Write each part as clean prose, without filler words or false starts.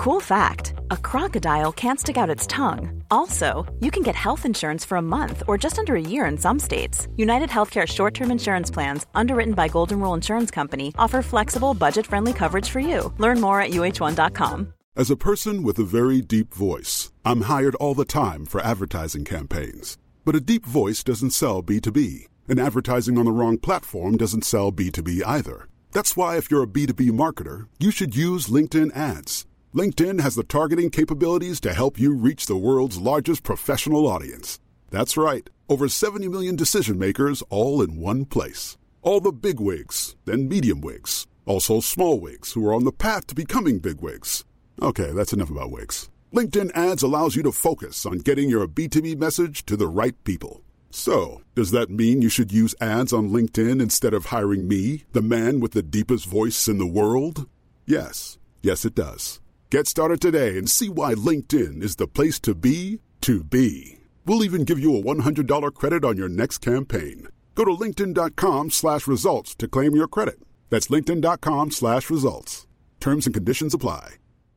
Cool fact, a crocodile can't stick out its tongue. Also, you can get health insurance for a month or just under a year in some states. United Healthcare short-term insurance plans, underwritten by Golden Rule Insurance Company, offer flexible, budget-friendly coverage for you. Learn more at uh1.com. As a person with a very deep voice, I'm hired all the time for advertising campaigns. But a deep voice doesn't sell B2B, and advertising on the wrong platform doesn't sell B2B either. That's why if you're a B2B marketer, you should use LinkedIn ads. LinkedIn has the targeting capabilities to help you reach the world's largest professional audience. That's right. Over 70 million decision makers all in one place. All the big wigs and medium wigs. Also small wigs who are on the path to becoming big wigs. Okay, that's enough about wigs. LinkedIn ads allows you to focus on getting your B2B message to the right people. So, does that mean you should use ads on LinkedIn instead of hiring me, the man with the deepest voice in the world? Yes. Yes, it does. Get started today and see why LinkedIn is the place to be to be. We'll even give you a $100 credit on your next campaign. Go to linkedin.com/results to claim your credit. That's linkedin.com/results. Terms and conditions apply.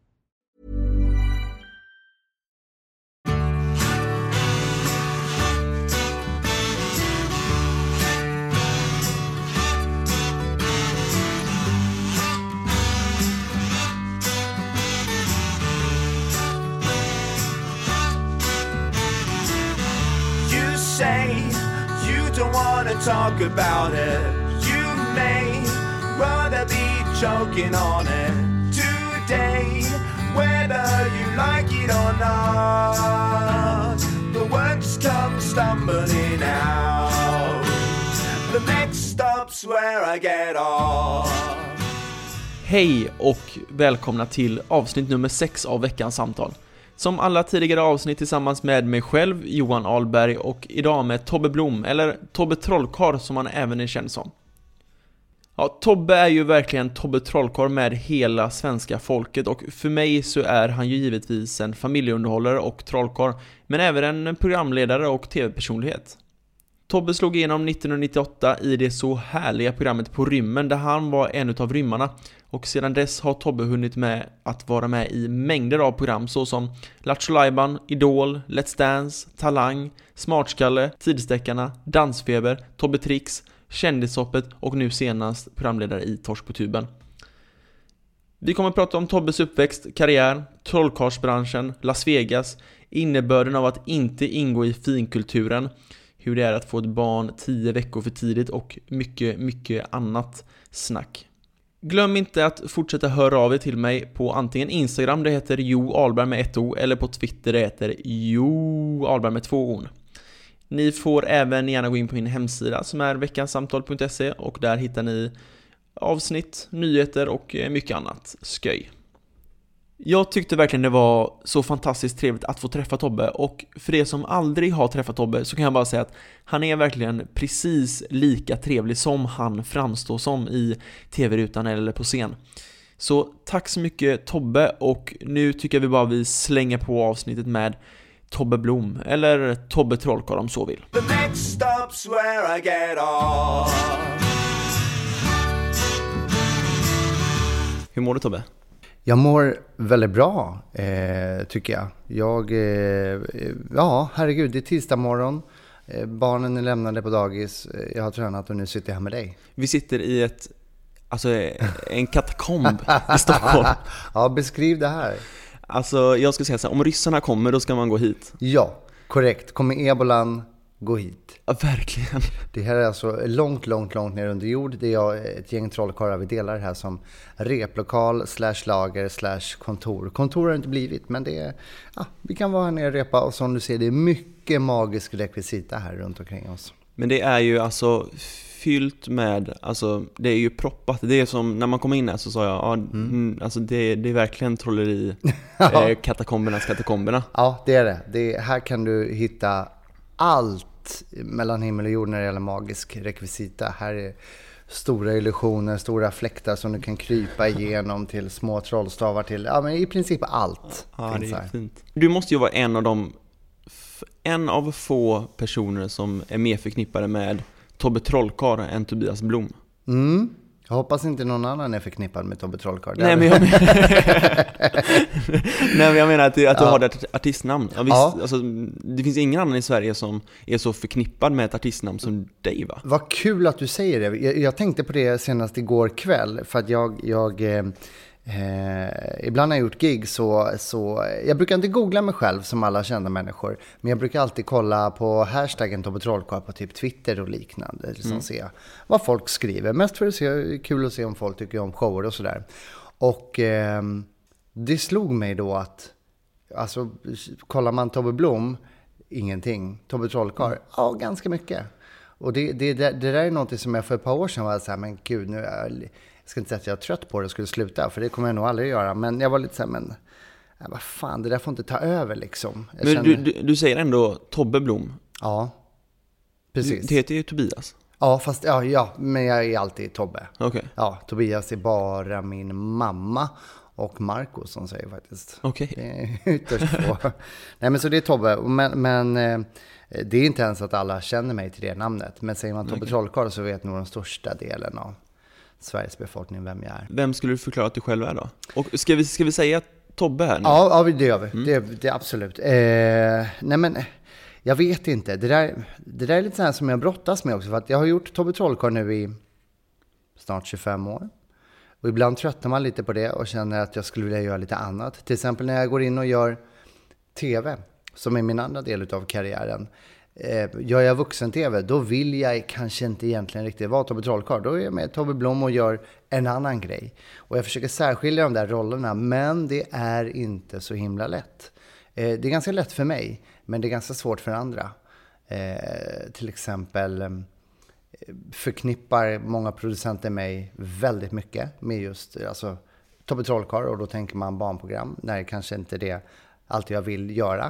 Say you don't want to talk about it. You may rather be choking on it today, whether you like it or not. The words come stumbling out. The next stop's where I get off. Hej och välkomna till avsnitt nummer 6 av veckans samtal. Som alla tidigare avsnitt tillsammans med mig själv, Johan Ahlberg, och idag med Tobbe Blom, eller Tobbe Trollkarl som han även är känd som. Ja, Tobbe är ju verkligen Tobbe Trollkarl med hela svenska folket, och för mig så är han ju givetvis en familjeunderhållare och trollkarl, men även en programledare och tv-personlighet. Tobbe slog igenom 1998 i det så härliga programmet På rymmen, där han var en utav rymmarna, och sedan dess har Tobbe hunnit med att vara med i mängder av program såsom Lattjo Lajban, Idol, Let's Dance, Talang, Smartskalle, Tidsdeckarna, Dansfeber, Tobbe Tricks, Kändishoppet och nu senast programledare i Torsk på tuben. Vi kommer att prata om Tobbes uppväxt, karriär, trollkarlsbranschen, Las Vegas, innebörden av att inte ingå i finkulturen, hur det är att få ett barn 10 veckor för tidigt och mycket, mycket annat snack. Glöm inte att fortsätta höra av er till mig på antingen Instagram, det heter Jo Ahlberg med 1 O, eller på Twitter, det heter Jo Ahlberg med 2 O. Ni får även gärna gå in på min hemsida som är veckansamtal.se, och där hittar ni avsnitt, nyheter och mycket annat sköj. Jag tyckte verkligen det var så fantastiskt trevligt att få träffa Tobbe, och för er som aldrig har träffat Tobbe så kan jag bara säga att han är verkligen precis lika trevlig som han framstår som i tv-rutan eller på scen. Så tack så mycket Tobbe, och nu tycker vi bara vi slänger på avsnittet med Tobbe Blom, eller Tobbe Trollkarl om så vill. The next stop's where I get off. Hur mår du Tobbe? Jag mår väldigt bra, tycker jag. Ja, herregud, det är tisdag morgon. Barnen är lämnade på dagis. Jag har tränat och nu sitter jag här med dig. Vi sitter i en katakomb i Stockholm. Ja, beskriv det här. Alltså, jag ska säga så här, om ryssarna kommer då ska man gå hit. Ja, korrekt. Kommer ebolan, gå hit. Ja, verkligen. Det här är alltså långt ner under jord. Det är jag, ett gäng trollkarlar, vi delar det här som replokal /lager /kontor. Kontor har det inte blivit, men det är, vi kan vara här nere och repa, och som du ser, det är mycket magisk rekvisita här runt omkring oss. Men det är ju alltså fyllt med, alltså det är ju proppat. Det är som när man kom in här så sa jag, alltså det är verkligen trolleri, katakomberna. Ja, det är det. Här kan du hitta allt mellan himmel och jord när det gäller magisk rekvisita. Här är stora illusioner, stora fläktar som du kan krypa igenom, till små trollstavar, till men i princip allt finns det är här. fint. Du måste ju vara en av få personer som är mer förknippade med Tobbe Trollkarl än Tobias Blom. Jag hoppas inte någon annan är förknippad med Tobbe Trollkarl. Nej, men jag menar att du har ett artistnamn. Ja, visst, alltså, det finns ingen annan i Sverige som är så förknippad med ett artistnamn som dig, va? Vad kul att du säger det. Jag tänkte på det senast igår kväll. För att ibland har jag gjort gig så jag brukar inte googla mig själv som alla kända människor, men jag brukar alltid kolla på hashtaggen Tobbe Trollkarl på typ Twitter och liknande, liksom se vad folk skriver, mest för att se, kul att se om folk tycker om shower och sådär. Och det slog mig då att alltså, kollar man Tobbe Blom, ingenting. Tobbe Trollkarl, ja, ganska mycket. Och det där är något som jag för ett par år sedan var så här, men gud, nu är jag ska inte säga att jag är trött på det och skulle sluta, för det kommer jag nog aldrig göra. Men jag var lite så här, men vad fan, det där får inte ta över liksom. Men du säger ändå Tobbe Blom. Ja, precis. Det heter ju Tobias. Ja, fast men jag är alltid Tobbe. Okay. Ja, Tobias är bara min mamma och Marco som säger faktiskt. Okay. Det är ytterst få. Nej, men så det är Tobbe. Men det är inte ens att alla känner mig till det namnet. Men säger man Tobbe Trollkarl så vet nog den största delen av Sveriges befolkning vem jag är. Vem skulle du förklara att du själv är då? Och ska vi säga Tobbe här nu? Ja, det gör vi. Det är absolut. Nej, men jag vet inte. Det där är lite så här som jag brottas med också. För att jag har gjort Tobbe Trollkarl nu i snart 25 år. Och ibland tröttnar man lite på det och känner att jag skulle vilja göra lite annat. Till exempel när jag går in och gör tv, som är min andra del av karriären. Gör jag vuxen-tv, då vill jag kanske inte egentligen riktigt vara Tobbe Trollkarl. Då är jag med Tobbe Blom och gör en annan grej. Och jag försöker särskilja de där rollerna, men det är inte så himla lätt. Det är ganska lätt för mig, men det är ganska svårt för andra. Till exempel förknippar många producenter mig väldigt mycket med just alltså, Tobbe Trollkarl, och då tänker man barnprogram. Nej, kanske inte det allt jag vill göra.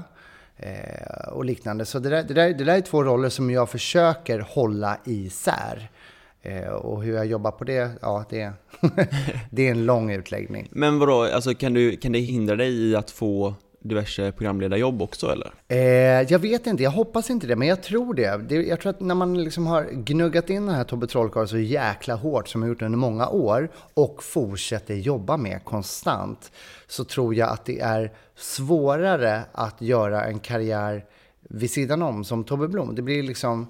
Och liknande. Så det där är två roller som jag försöker hålla isär. Och hur jag jobbar på det, ja, det är en lång utläggning. Men vadå, alltså kan det hindra dig i att få diverse programledarjobb också, eller? Jag vet inte, jag hoppas inte det, men jag tror det. Jag tror att när man liksom har gnuggat in den här Tobbe Trollkarl så jäkla hårt som jag gjort under många år och fortsätter jobba med konstant, så tror jag att det är svårare att göra en karriär vid sidan om som Tobbe Blom. Det blir liksom,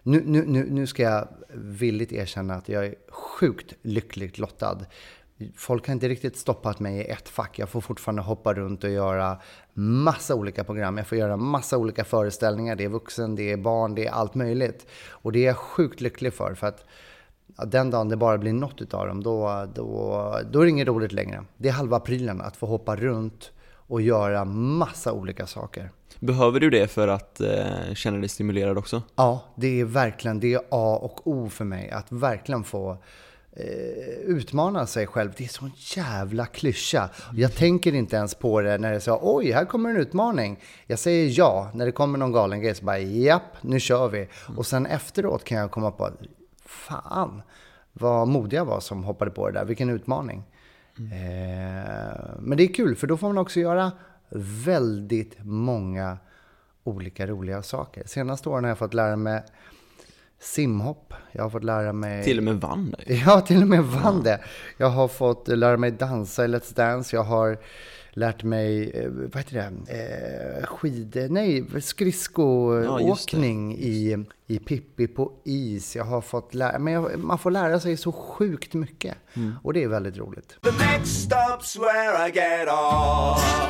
nu ska jag villigt erkänna att jag är sjukt lyckligt lottad. Folk har inte riktigt stoppat mig i ett fack. Jag får fortfarande hoppa runt och göra massa olika program. Jag får göra massa olika föreställningar. Det är vuxen, det är barn, det är allt möjligt. Och det är jag sjukt lycklig för att den dagen det bara blir något utav dem, då är det inget roligt längre. Det är halva prylen att få hoppa runt och göra massa olika saker. Behöver du det för att känna dig stimulerad också? Ja, det är A och O för mig. Att verkligen få utmana sig själv. Det är sån jävla klyscha. Jag tänker inte ens på det när det säger oj, här kommer en utmaning. Jag säger ja när det kommer någon galen grej, så bara japp, nu kör vi. Och sen efteråt kan jag komma på fan, vad modig jag var som hoppade på det där. Vilken utmaning. Men det är kul, för då får man också göra väldigt många olika roliga saker. Senaste åren har jag fått lära mig simhopp. Jag har fått lära mig... Till och med vann det? Ja, till och med vann det. Jag har fått lära mig dansa i Let's Dance. Jag har lärt mig, vad heter det? Skridskoåkning i Pippi på is. Jag har fått lära mig, man får lära sig så sjukt mycket. Och det är väldigt roligt. The next stop's where I get off.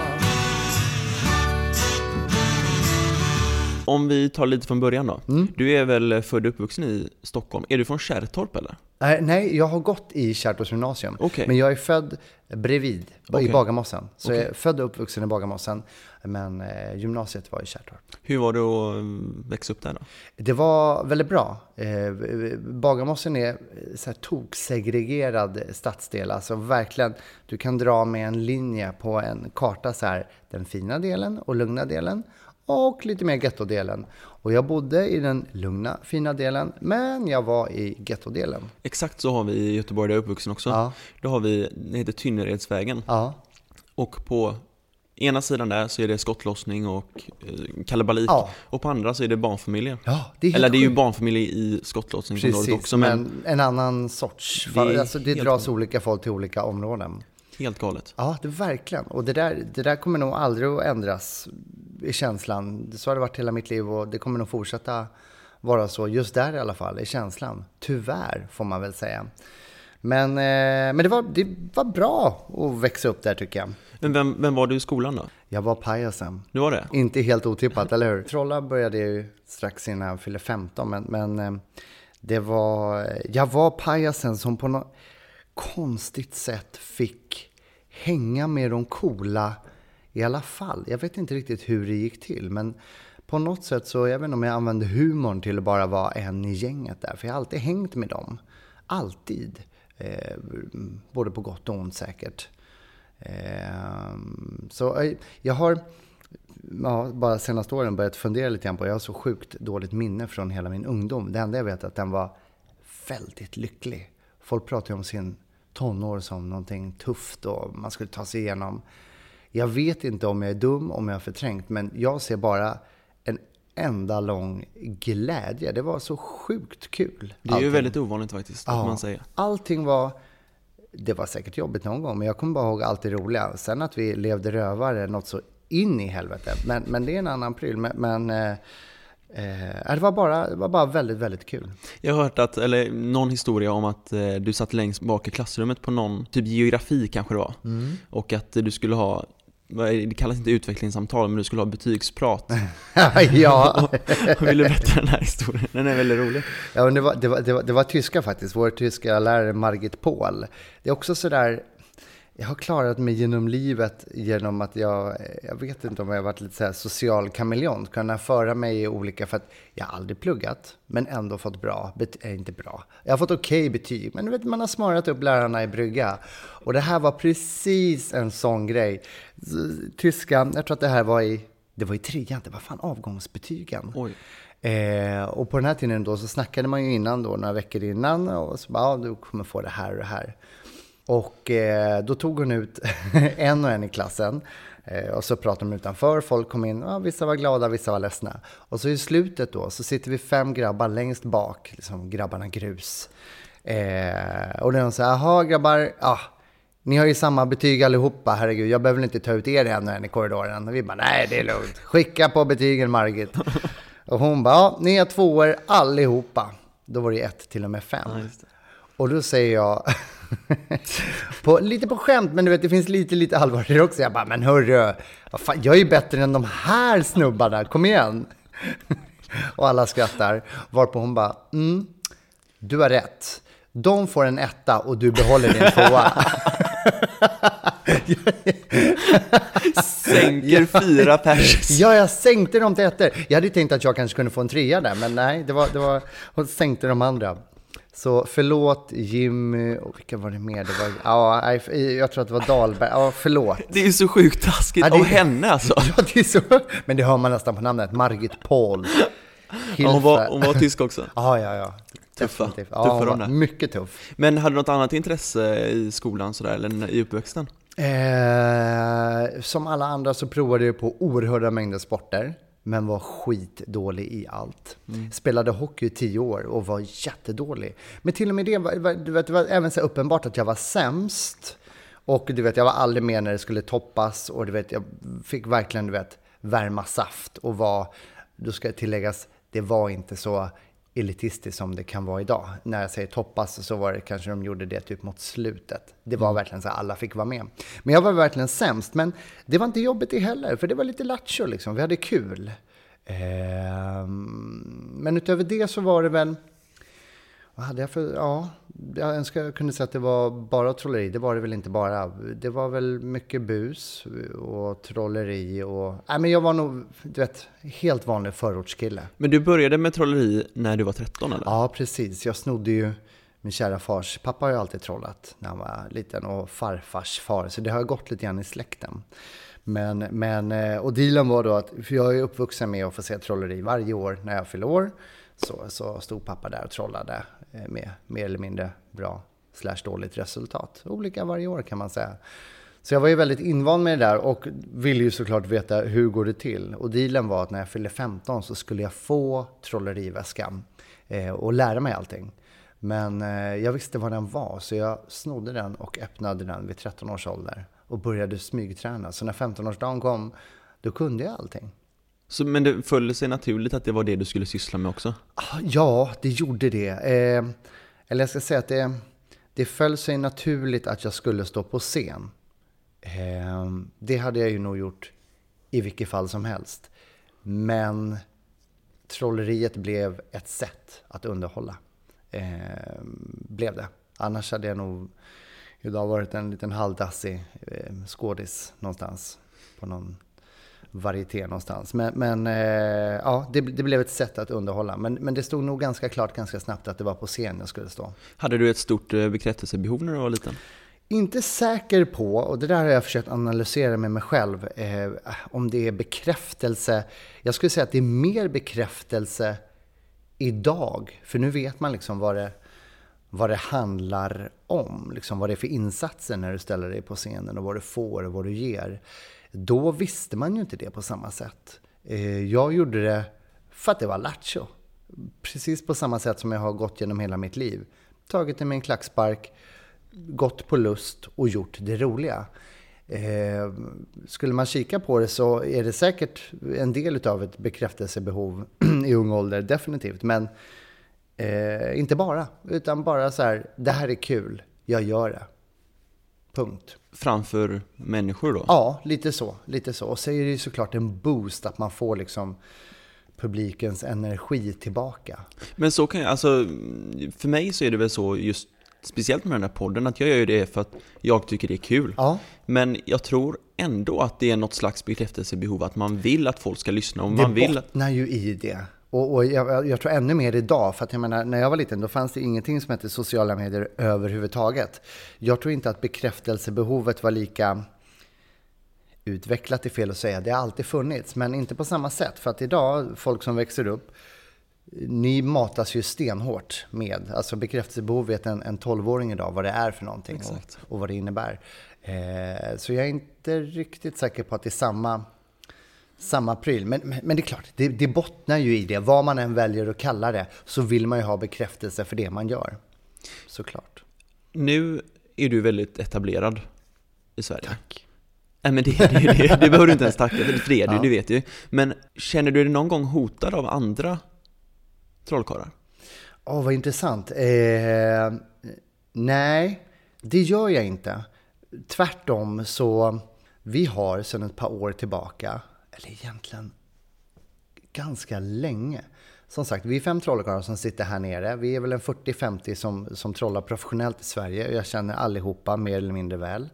Om vi tar lite från början då. Du är väl född och uppvuxen i Stockholm. Är du från Kärrtorp eller? Nej, jag har gått i Kärrtorps gymnasium. Okay. Men jag är född bredvid, i Bagarmossen. Så jag är född och uppvuxen i Bagarmossen. Men gymnasiet var i Kärrtorp. Hur var det att växa upp där då? Det var väldigt bra. Bagarmossen är så här toksegregerad stadsdel. Alltså verkligen, du kan dra med en linje på en karta så här, den fina delen och lugna delen. Och lite mer gettodelen. Och jag bodde i den lugna, fina delen, men jag var i gettodelen. Exakt så har vi i Göteborg, där jag är uppvuxen också. Ja. Då har vi, det heter Tynneredsvägen. Ja. Och på ena sidan där så är det skottlossning och kalabalik. Ja. Och på andra så är det barnfamiljer. Ja, det är helt Eller det är ju sjukt. barnfamiljer i skottlossningsområdet Precis, också. men en annan sorts. Det dras olika folk till olika områden. Helt galet. Ja, det verkligen. Och det där kommer nog aldrig att ändras i känslan. Så har det varit hela mitt liv och det kommer nog fortsätta vara så. Just där i alla fall, i känslan. Tyvärr, får man väl säga. Men det var bra att växa upp där, tycker jag. Men vem var du i skolan då? Jag var pajasen. Du var det? Inte helt otippat, eller hur? Trolla började jag ju strax innan jag fyllde 15. Men jag var pajasen som på något konstigt sätt fick hänga med de coola i alla fall. Jag vet inte riktigt hur det gick till, men på något sätt så, jag vet inte om jag använde humorn till att bara vara en i gänget där. För jag har alltid hängt med dem. Alltid. Både på gott och ont säkert. Så jag har bara senaste åren börjat fundera lite grann på. Jag har så sjukt dåligt minne från hela min ungdom. Det enda jag vet är att den var väldigt lycklig. Folk pratar ju om sin tonår som någonting tufft och man skulle ta sig igenom. Jag vet inte om jag är dum, om jag har förträngt, men jag ser bara en enda lång glädje. Det var så sjukt kul. Det är ju väldigt ovanligt faktiskt, att man säger. Allting det var säkert jobbigt någon gång, men jag kommer bara ihåg allt det roliga. Sen att vi levde rövare, något så in i helvete. Men det är en annan pryl. Det var bara väldigt, väldigt kul. Jag har hört någon historia om att du satt längst bak i klassrummet på någon, typ geografi kanske det var. Och att du skulle ha, det kallas inte utvecklingssamtal, men du skulle ha betygsprat. Ja. Vill du berätta den här historien? Den är väldigt rolig. Ja, men det var tyska faktiskt. Vår tyska lärare Margit Paul. Det är också sådär, jag har klarat mig genom livet genom att jag vet inte om jag har varit lite så här social kameleont, kunna föra mig i olika, för att jag har aldrig pluggat men ändå fått inte bra. Jag har fått okej betyg, men du vet, man har smarat upp lärarna i brygga. Och det här var precis en sån grej. Tyska, jag tror att det var i 3:an, det var fan avgångsbetygen. Oj. Och på den här tiden då så snackade man ju innan då, några veckor innan, och så bara, du kommer få det här och det här. Och då tog hon ut en och en i klassen och så pratade de utanför, folk kom in, vissa var glada, vissa var ledsna. Och så i slutet då så sitter vi 5 grabbar längst bak, liksom grabbarna grus. Och de säger, jaha grabbar, ni har ju samma betyg allihopa, herregud, jag behöver inte ta ut er en och en i korridoren. Och vi bara, nej det är lugnt, skicka på betygen Margit. Och hon bara, ni är 2:or allihopa. Då var det 1 till och med 5. Ja, just det. Och då säger jag, lite på skämt, men du vet, det finns lite allvar i det också. Jag bara, men hörru, fan, jag är ju bättre än de här snubbarna, kom igen. Och alla skrattar, varpå hon bara, du har rätt. De får en 1 och du behåller din 2. Sänker 4 pers. Ja, jag sänkte dem till 1. Jag hade tänkt att jag kanske kunde få en 3 där, men nej, det var hon sänkte de andra. Så förlåt Jimmy, och vilka var det mer? Jag tror att det var Dahlberg. Ja, förlåt. Det är ju så sjukt taskigt av henne alltså. Ja, det är så. Men det hör man nästan på namnet. Margit Paul. Hon var tysk också. Ja. Tuffa de där. Mycket tuff. Men hade du något annat intresse i skolan sådär, eller i uppväxten? Som alla andra så provade jag på oerhörda mängder sporter. Men var skitdålig i allt. Spelade hockey i 10 år och var jättedålig. Men till och med det var även så uppenbart att jag var sämst. Och du vet, jag var aldrig med när det skulle toppas. Och du vet, jag fick verkligen värma saft. Och då ska jag tilläggas, det var inte så elitistiskt som det kan vara idag. När jag säger toppas så var det kanske de gjorde det typ mot slutet. Det var verkligen så att alla fick vara med. Men jag var verkligen sämst. Men det var inte jobbigt det heller. För det var lite lattjo liksom. Vi hade kul. Men utöver det så var det väl... Vad hade jag för... Ja, jag önskar jag kunde säga att det var bara trolleri. Det var det väl inte bara. Det var väl mycket bus och trolleri och... Nej, men jag var nog, du vet, helt vanlig förortskille. Men du började med trolleri när du var 13 eller? Ja, precis. Jag snodde ju min kära fars... Pappa har ju alltid trollat när han var liten och farfars far. Så det har gått lite grann i släkten. Men och dealen var då att... För jag är uppvuxen med att få se trolleri varje år när jag fyller år. Så stod pappa där och trollade med mer eller mindre bra /dåligt resultat. Olika varje år kan man säga. Så jag var ju väldigt invand med det där och ville ju såklart veta hur går det till. Och dealen var att när jag fyllde 15 så skulle jag få trolleriväskan och lära mig allting. Men jag visste vad den var, så jag snodde den och öppnade den vid 13 års ålder och började smygträna. Så när 15-årsdagen kom, då kunde jag allting. Så, men det föll sig naturligt att det var det du skulle syssla med också? Ja, det gjorde det. Eller jag ska säga att det föll sig naturligt att jag skulle stå på scen. Det hade jag ju nog gjort i vilket fall som helst. Men trolleriet blev ett sätt att underhålla. Blev det. Annars hade jag nog idag varit en liten halvdassig skådis någonstans. På någon varieté någonstans. Men ja, det blev ett sätt att underhålla. Men det stod nog ganska klart ganska snabbt att det var på scen jag skulle stå. Hade du ett stort bekräftelsebehov när du var liten? Inte säker på, och det där har jag försökt analysera med mig själv, om det är bekräftelse. Jag skulle säga att det är mer bekräftelse idag. För nu vet man liksom vad det handlar om. Liksom vad det är för insatser när du ställer dig på scenen och vad du får och vad du ger. Då visste man ju inte det på samma sätt. Jag gjorde det för att det var lattjo. Precis på samma sätt som jag har gått genom hela mitt liv. Tagit det med en klackspark, gått på lust och gjort det roliga. Skulle man kika på det så är det säkert en del av ett bekräftelsebehov i ung ålder, definitivt. Men inte bara, utan bara så här, det här är kul, jag gör det. Punkt. Framför människor då? Ja, lite så. Och så är det ju såklart en boost att man får liksom publikens energi tillbaka. Men så kan jag, alltså för mig så är det väl så just speciellt med den här podden att jag gör det för att jag tycker det är kul. Ja. Men jag tror ändå att det är något slags bekräftelsebehov att man vill att folk ska lyssna. Om det man vill bottnar ju i det. Och jag tror ännu mer idag, för att jag menar, när jag var liten då fanns det ingenting som hette sociala medier överhuvudtaget. Jag tror inte att bekräftelsebehovet var lika utvecklat, är fel att säga. Det har alltid funnits, men inte på samma sätt. För att idag, folk som växer upp, ni matas ju stenhårt med. Alltså bekräftelsebehov vet en 12-åring idag vad det är för någonting och vad det innebär. Så jag är inte riktigt säker på att det är samma pryl. Men det är klart, det bottnar ju i det. Vad man än väljer att kalla det så vill man ju ha bekräftelse för det man gör. Såklart. Nu är du väldigt etablerad i Sverige. Tack. Nej, men det behöver du inte ens tacka för det, du vet ju. Men känner du dig någon gång hotad av andra trollkarlar? Vad intressant. Nej, det gör jag inte. Tvärtom så vi har sedan ett par år tillbaka, eller egentligen ganska länge. Som sagt, vi är 5 trollkarlar som sitter här nere. Vi är väl en 40-50 som trollar professionellt i Sverige. Och jag känner allihopa mer eller mindre väl.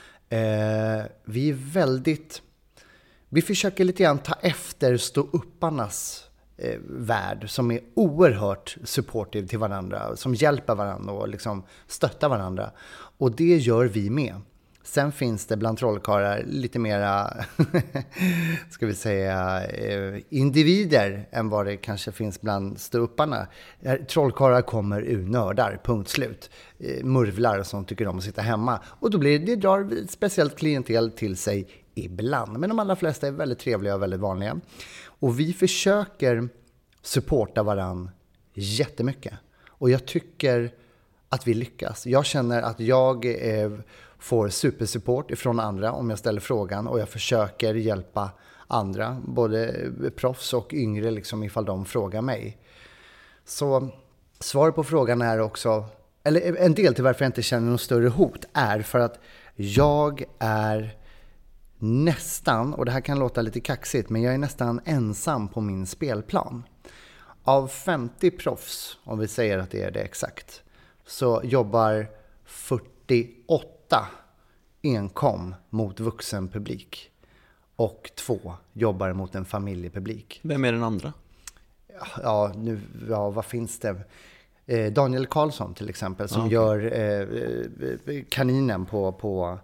Vi är väldigt... Vi försöker lite grann ta efter ståupparnas värld som är oerhört supportive till varandra, som hjälper varandra och liksom stöttar varandra. Och det gör vi med. Sen finns det bland trollkarlar lite mera ska vi säga individer än vad det kanske finns bland ståupparna. Trollkarlar kommer ur nördar, punkt slut. Murvlar som tycker om att sitta hemma. Och då blir det drar ett speciellt klientel till sig ibland. Men de allra flesta är väldigt trevliga och väldigt vanliga. Och vi försöker supporta varann jättemycket. Och jag tycker att vi lyckas. Jag känner att jag får supersupport ifrån andra om jag ställer frågan. Och jag försöker hjälpa andra, både proffs och yngre, liksom, ifall de frågar mig. Så svar på frågan är också, eller en del till varför jag inte känner något större hot är för att jag är nästan, och det här kan låta lite kaxigt, men jag är nästan ensam på min spelplan. Av 50 proffs, om vi säger att det är det exakt, så jobbar 48 enkom mot vuxenpublik och 2 jobbar mot en familjepublik. Vem är den andra? Vad finns det? Daniel Karlsson till exempel som gör Kaninen på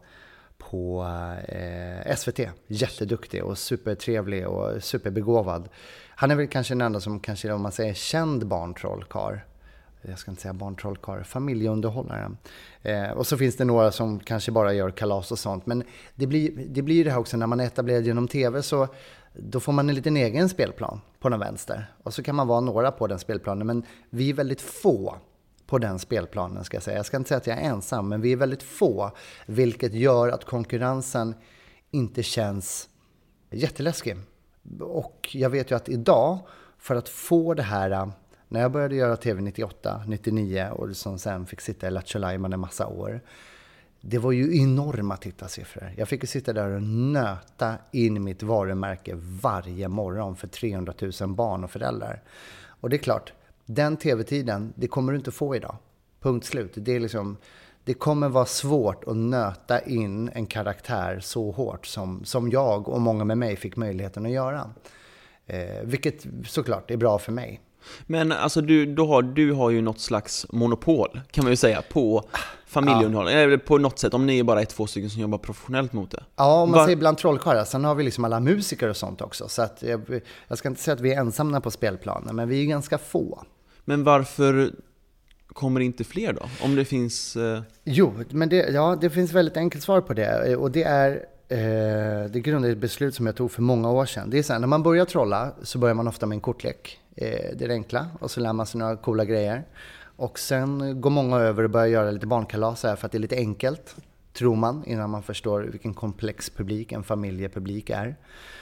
SVT. Jätteduktig och supertrevlig och superbegåvad. Han är väl kanske den enda som kanske, om man säger, känd barntrollkarl. jag ska inte säga barntrollkarl, familjeunderhållare. Och så finns det några som kanske bara gör kalas och sånt. Men det blir det här också när man är etablerad genom tv, så då får man en liten egen spelplan på den vänster. Och så kan man vara några på den spelplanen, men vi är väldigt få på den spelplanen ska jag säga. Jag ska inte säga att jag är ensam, men vi är väldigt få, vilket gör att konkurrensen inte känns jätteläskig. Och jag vet ju att idag, för att få det här, när jag började göra tv 98, 99 och som sen fick sitta i Lattjo Lajban en massa år, det var ju enorma tittarsiffror. Jag fick ju sitta där och nöta in mitt varumärke varje morgon för 300 000 barn och föräldrar. Och det är klart, den tv-tiden, det kommer du inte få idag. Punkt slut. Det kommer vara svårt att nöta in en karaktär så hårt som jag och många med mig fick möjligheten att göra. Vilket såklart är bra för mig. Men alltså du har ju något slags monopol kan man ju säga på familjeunderhållning. Eller på något sätt, om ni är bara 2 stycken som jobbar professionellt mot det. Ja, om man säger bland trollkarlar. Sen har vi liksom alla musiker och sånt också. Så att jag ska inte säga att vi är ensamma på spelplanen, men vi är ganska få. Men varför kommer inte fler då? Om det finns... Jo, men det finns väldigt enkelt svar på det. Och det är... Det grundar ett beslut som jag tog för många år sedan. Det är så här, när man börjar trolla så börjar man ofta med en kortlek. Det är det enkla. Och så lär man sig några coola grejer. Och sen går många över och börjar göra lite barnkalas här för att det är lite enkelt, tror man, innan man förstår vilken komplex publik en familjepublik är.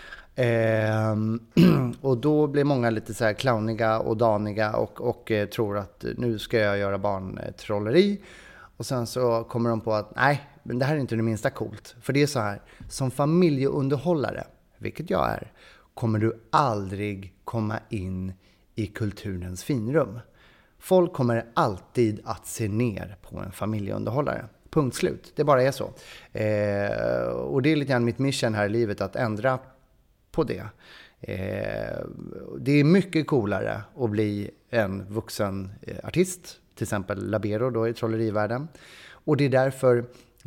Och då blir många lite så här clowniga och daniga och tror att nu ska jag göra barntrolleri. Och sen så kommer de på att nej, men det här är inte det minsta coolt. För det är så här, som familjeunderhållare, vilket jag är, kommer du aldrig komma in i kulturens finrum. Folk kommer alltid att se ner på en familjeunderhållare. Punkt slut. Det bara är så. Och det är lite grann mitt mission här i livet, att ändra på det. Det är mycket coolare att bli en vuxen artist, till exempel Labero då i trollerivärlden. Och det är därför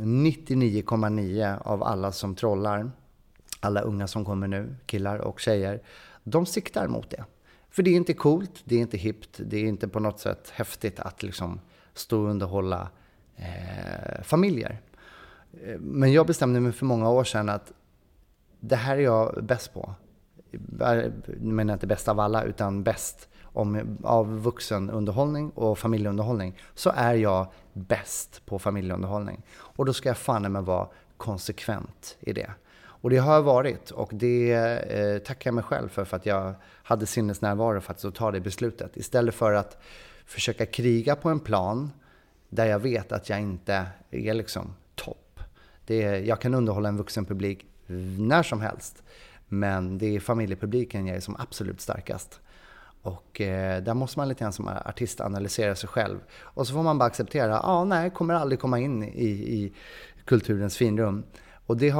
99,9 av alla som trollar, alla unga som kommer nu, killar och tjejer, de siktar mot det. För det är inte coolt, det är inte hippt, det är inte på något sätt häftigt att liksom stå och underhålla familjer. Men jag bestämde mig för många år sedan att det här är jag bäst på. Jag menar inte bäst av alla, utan bäst av vuxenunderhållning och familjeunderhållning. Så är jag bäst på familjeunderhållning. Och då ska jag fan med vara konsekvent i det. Och det har jag varit, och det tackar jag mig själv för att jag hade sinnesnärvaro för att ta det beslutet. Istället för att försöka kriga på en plan där jag vet att jag inte är liksom topp. Jag kan underhålla en vuxen publik när som helst, men det är familjepubliken jag är som absolut starkast. Och där måste man lite grann som artist analysera sig själv. Och så får man bara acceptera, nej, kommer aldrig komma in i kulturens finrum. Och det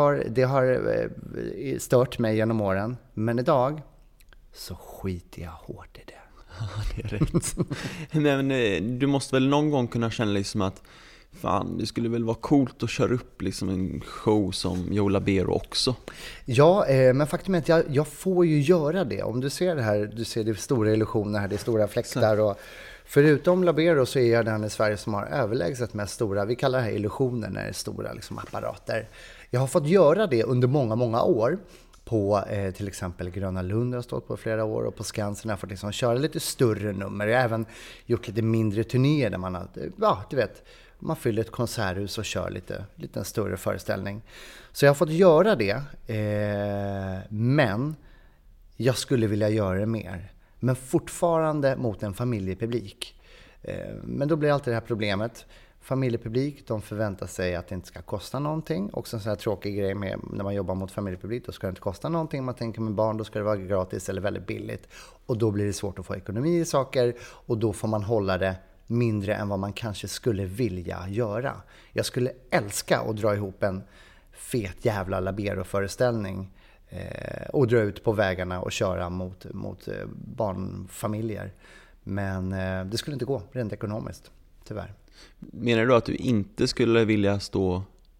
har stört mig genom åren. Men idag så skiter jag hårt i det. Ja, det är rätt. Men du måste väl någon gång kunna känna liksom att fan, det skulle väl vara coolt att köra upp liksom en show som Joe Labero också. Ja, men faktum är att jag får ju göra det. Om du ser det här, du ser det stora illusioner här, det är stora fläktar. Och förutom Labero så är jag den i Sverige som har överlägset mest stora, vi kallar det här illusioner när det är stora liksom apparater. Jag har fått göra det under många, många år. På till exempel Gröna Lund har stått på flera år, och på Skansen har jag fått liksom köra lite större nummer. Jag har även gjort lite mindre turnéer där man har, du vet, man fyller ett konserthus och kör lite större föreställning. Så jag har fått göra det, men jag skulle vilja göra det mer. Men fortfarande mot en familjepublik. Men då blir alltid det här problemet. Familjepublik, de förväntar sig att det inte ska kosta någonting. Också en sån här tråkig grej med när man jobbar mot familjepublik, då ska det inte kosta någonting. Man tänker med barn, då ska det vara gratis eller väldigt billigt. Och då blir det svårt att få ekonomi i saker, och då får man hålla det mindre än vad man kanske skulle vilja göra. Jag skulle älska att dra ihop en fet jävla Labero-föreställning och dra ut på vägarna och köra mot barnfamiljer. Men det skulle inte gå rent ekonomiskt, tyvärr. Menar du att du inte skulle vilja stå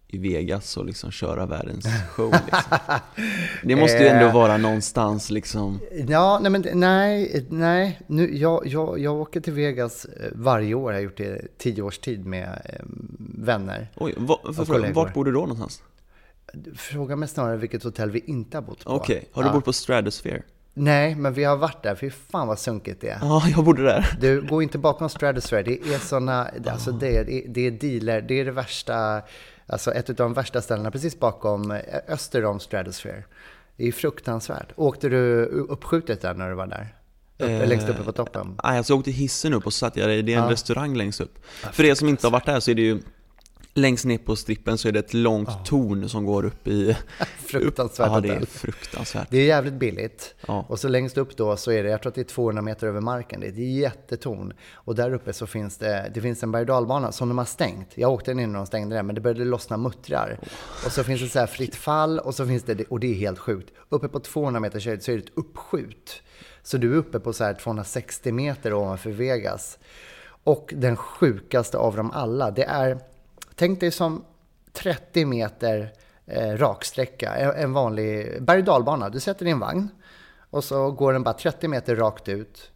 i Vegas och liksom köra världens show liksom. Det måste ju ändå vara någonstans liksom. Ja, nej. Nu, jag åker till Vegas varje år. Jag har gjort det 10 års tid med vänner. Oj, vart bor du då någonstans? Fråga mig snarare vilket hotell vi inte har bott på. Okej, har du bott på Stratosphere? Nej, men vi har varit där. Fy fan vad sunkigt det är. Ja, jag bodde där. Du går inte bakom Stratosphere. Det är såna, alltså det är dealer. Det är det värsta, alltså ett av de värsta ställena precis bakom, öster om Stratosphere. Det är fruktansvärt. Åkte du uppskjutet där när du var där? Längst uppe på toppen? Nej, alltså jag åkte hissen upp och satt jag. Det är en restaurang längst upp. För er som inte har varit där så är det ju längst ner på strippen så är det ett långt torn som går upp i... Fruktansvärt. Ja, det är fruktansvärt. Det är jävligt billigt. Ja. Och så längst upp då så är det, jag tror att det är 200 meter över marken. Det är ett jättetorn. Och där uppe så finns det finns en berg- och dalbana som de har stängt. Jag åkte in när de stängde den, men det började lossna muttrar. Och så finns det så här fritt fall och så finns det, och det är helt sjukt. Uppe på 200 meters höjd så är det ett uppskjut. Så du är uppe på så här 260 meter ovanför Vegas. Och den sjukaste av dem alla, det är... Tänk dig som 30 meter raksträcka, en vanlig berg- och dalbana. Du sätter din vagn och så går den bara 30 meter rakt ut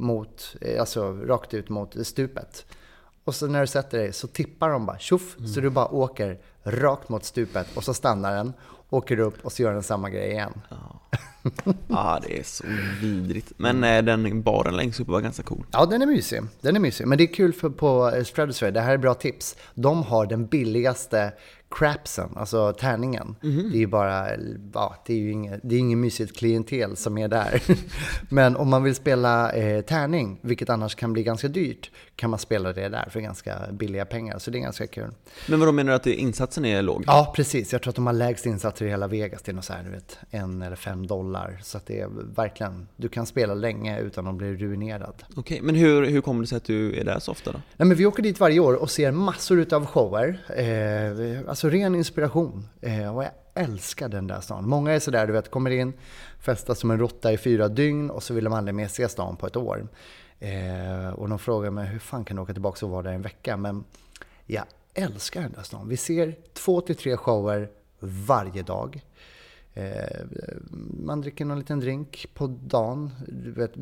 mot stupet. Och så när du sätter dig så tippar de bara tjoff, så du bara åker rakt mot stupet och så stannar den, åker upp och så gör den samma grej igen. Ja, det är så vidrigt. Men den baren längst upp var ganska cool. Ja, den är mysig. Men det är kul på Stratosphere. Det här är bra tips. De har den billigaste crapsen, alltså tärningen. Det är bara, det är ingen mysigt klientel som är där. Men om man vill spela tärning, vilket annars kan bli ganska dyrt, kan man spela det där för ganska billiga pengar. Så det är ganska kul. Men vad menar du att insatsen är låg? Ja, precis. Jag tror att de har lägst insatser i hela Vegas. Det är något så här, $1 eller $5. Så att det är verkligen, du kan spela länge utan att bli ruinerad. Okej, men hur kommer det sig att du är där så ofta då? Nej, men vi åker dit varje år och ser massor utav shower. Alltså ren inspiration. Och jag älskar den där stan. Många är sådär, du vet, kommer in, festar som en råtta i 4 dygn och så vill de aldrig mer se stan på ett år. Och de frågar mig, hur fan kan du åka tillbaka och vara där en vecka? Men jag älskar den där stan. Vi ser 2-3 shower varje dag. Man dricker någon liten drink på dagen. Du vet,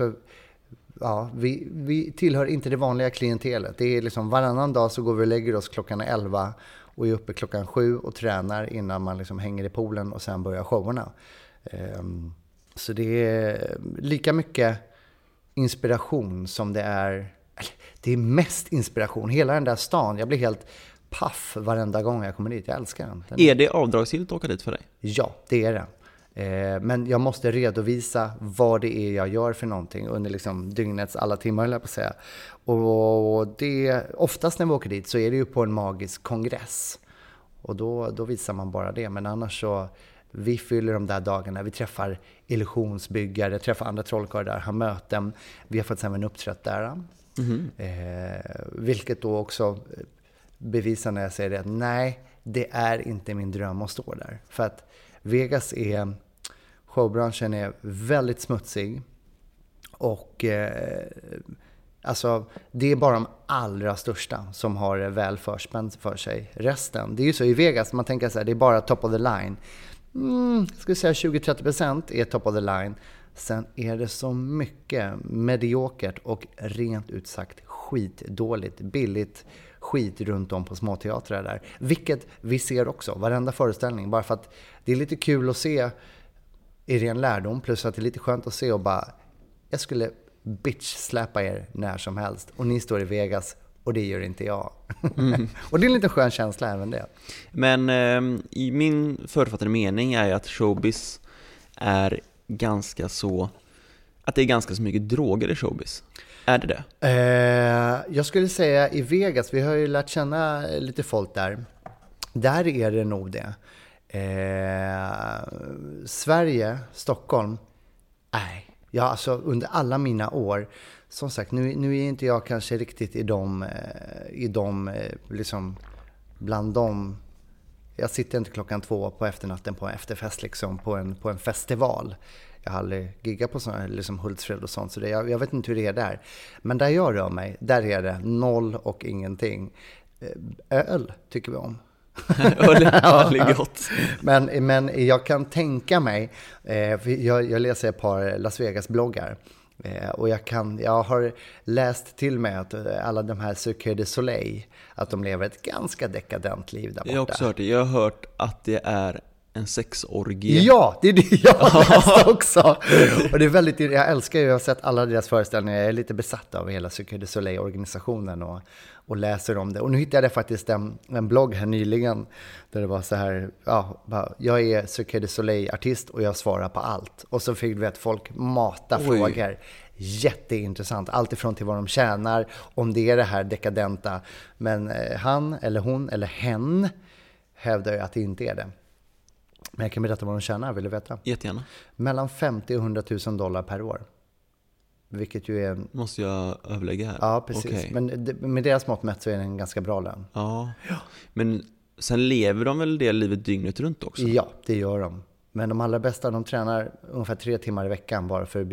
vi tillhör inte det vanliga klientelet. Det är liksom varannan dag så går vi och lägger oss klockan 11 och är uppe klockan 7 och tränar innan man liksom hänger i poolen och sen börjar showerna. Så det är lika mycket inspiration som det är mest inspiration. Hela den där stan, jag blir helt paff varenda gång jag kommer dit. Jag älskar den. Är det avdragsgillt att åka dit för dig? Ja, det är det. Men jag måste redovisa vad det är jag gör för någonting under liksom dygnets alla timmar, höll jag på att säga. Och oftast när vi åker dit så är det ju på en magisk kongress. Och då visar man bara det. Men annars så, vi fyller de där dagarna. Vi träffar illusionsbyggare, träffar andra trollkarlar där, har möten. Vi har fått även uppträtt där. Vilket då också bevisar när jag säger det att nej, det är inte min dröm att stå där. För att Vegas showbranschen är väldigt smutsig och alltså det är bara de allra största som har det väl förspänt för sig. Resten, det är ju så i Vegas, man tänker så här, det är bara top of the line. Skulle säga 20-30% är top of the line. Sen är det så mycket mediokert och rent ut sagt skitdåligt, billigt skit runt om på småteatrar där. Vilket vi ser också, varenda föreställning. Bara för att det är lite kul att se i ren lärdom. Plus att det är lite skönt att se och bara, jag skulle bitch-släppa er när som helst. Och ni står i Vegas och det gör inte jag. Och det är en lite skön känsla även det. Men i min författade mening är att showbiz är ganska så... Att det är ganska så mycket droger i showbiz. Är det det? Jag skulle säga i Vegas, vi har ju lärt känna lite folk där. Där är det nog det. Sverige, Stockholm, nej. Ja, alltså under alla mina år, som sagt, nu är inte jag kanske riktigt i de liksom, bland dem. Jag sitter inte klockan 2 på efternatten på en efterfest liksom, på en festival. Jag har aldrig giggat på sådana liksom Hultsfred och sånt, så jag vet inte hur det är där. Men där jag rör mig, där är det 0 och ingenting. Öl tycker vi om. Öl är gott. Men jag kan tänka mig, för jag läser ett par Las Vegas-bloggar. Och jag har läst till mig att alla de här Cirque du Soleil, att de lever ett ganska dekadent liv där borta. Jag har också hört det. Jag har hört att det är en sexorgie. Ja, det är det jag har läst också. Och det är väldigt, jag älskar ju, jag har sett alla deras föreställningar. Jag är lite besatt av hela Cirque du Soleil-organisationen och läser om det. Och nu hittade jag faktiskt en blogg här nyligen där det var så här, jag är Cirque du Soleil-artist och jag svarar på allt. Och så fick folk mata frågor. Jätteintressant. Allt ifrån till vad de tjänar, om det är det här dekadenta. Men han eller hon eller hen hävdar ju att det inte är det. Men jag kan berätta vad de tjänar, vill du veta? Jättegärna. Mellan 50 och 100 000 dollar per år. Vilket ju är... Måste jag överlägga här? Ja, precis. Okay. Men med deras mått mätt så är det en ganska bra lön. Ja. Men sen lever de väl det livet dygnet runt också? Ja, det gör de. Men de allra bästa, de tränar ungefär 3 timmar i veckan bara för att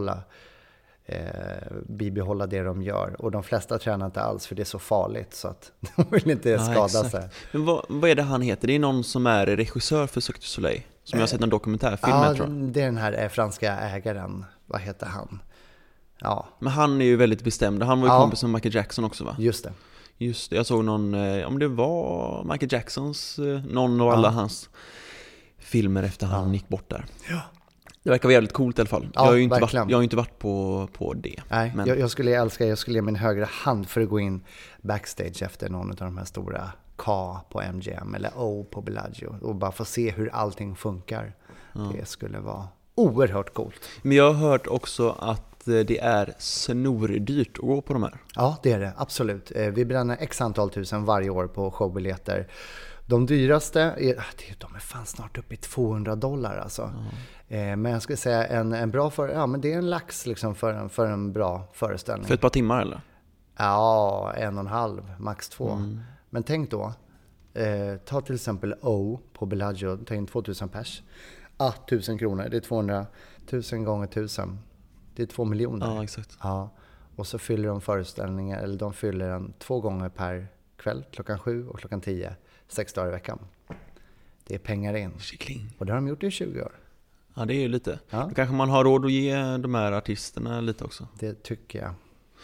bibehålla det de gör. Och de flesta tränar inte alls för det är så farligt så att de vill inte skada sig. Men vad är det han heter? Det är någon som är regissör för Cirque du Soleil. Som jag har sett en dokumentärfilm med, tror jag. Det är den här franska ägaren. Vad heter han? Ja. Men han är ju väldigt bestämd. Han var ju kompis med Michael Jackson också, va? Just det. Jag såg någon, om det var Michael Jacksons, någon av alla hans filmer efter han gick bort där. Ja. Det verkar vara jävligt coolt i alla fall. Jag har ju inte varit på det. Nej, men jag skulle ge min högra hand för att gå in backstage efter någon av de här stora K på MGM eller O på Bellagio och bara få se hur allting funkar. Det skulle vara oerhört coolt. Men jag har hört också att det är snordyrt att gå på de här. Ja, det är det. Absolut. Vi bränner x antal tusen varje år på showbiljetter. De dyraste de är fan snart uppe i $200 alltså. Men jag skulle säga en bra men det är en lax liksom för en bra föreställning. För ett par timmar eller? Ja, 1,5, max 2. Men tänk då, ta till exempel O på Bellagio, ta in 2000 pers. 1000 kronor, det är 200 000 gånger 1000. Det är 2 miljoner. Ja, exakt. Ja. Och så fyller de föreställningar, eller de fyller den 2 gånger per kväll, klockan 7 och klockan 10, 6 dagar i veckan. Det är pengar in. Skickling. Och det har de gjort i 20 år. Ja, det är ju lite. Ja. Då kanske man har råd att ge de här artisterna lite också. Det tycker jag.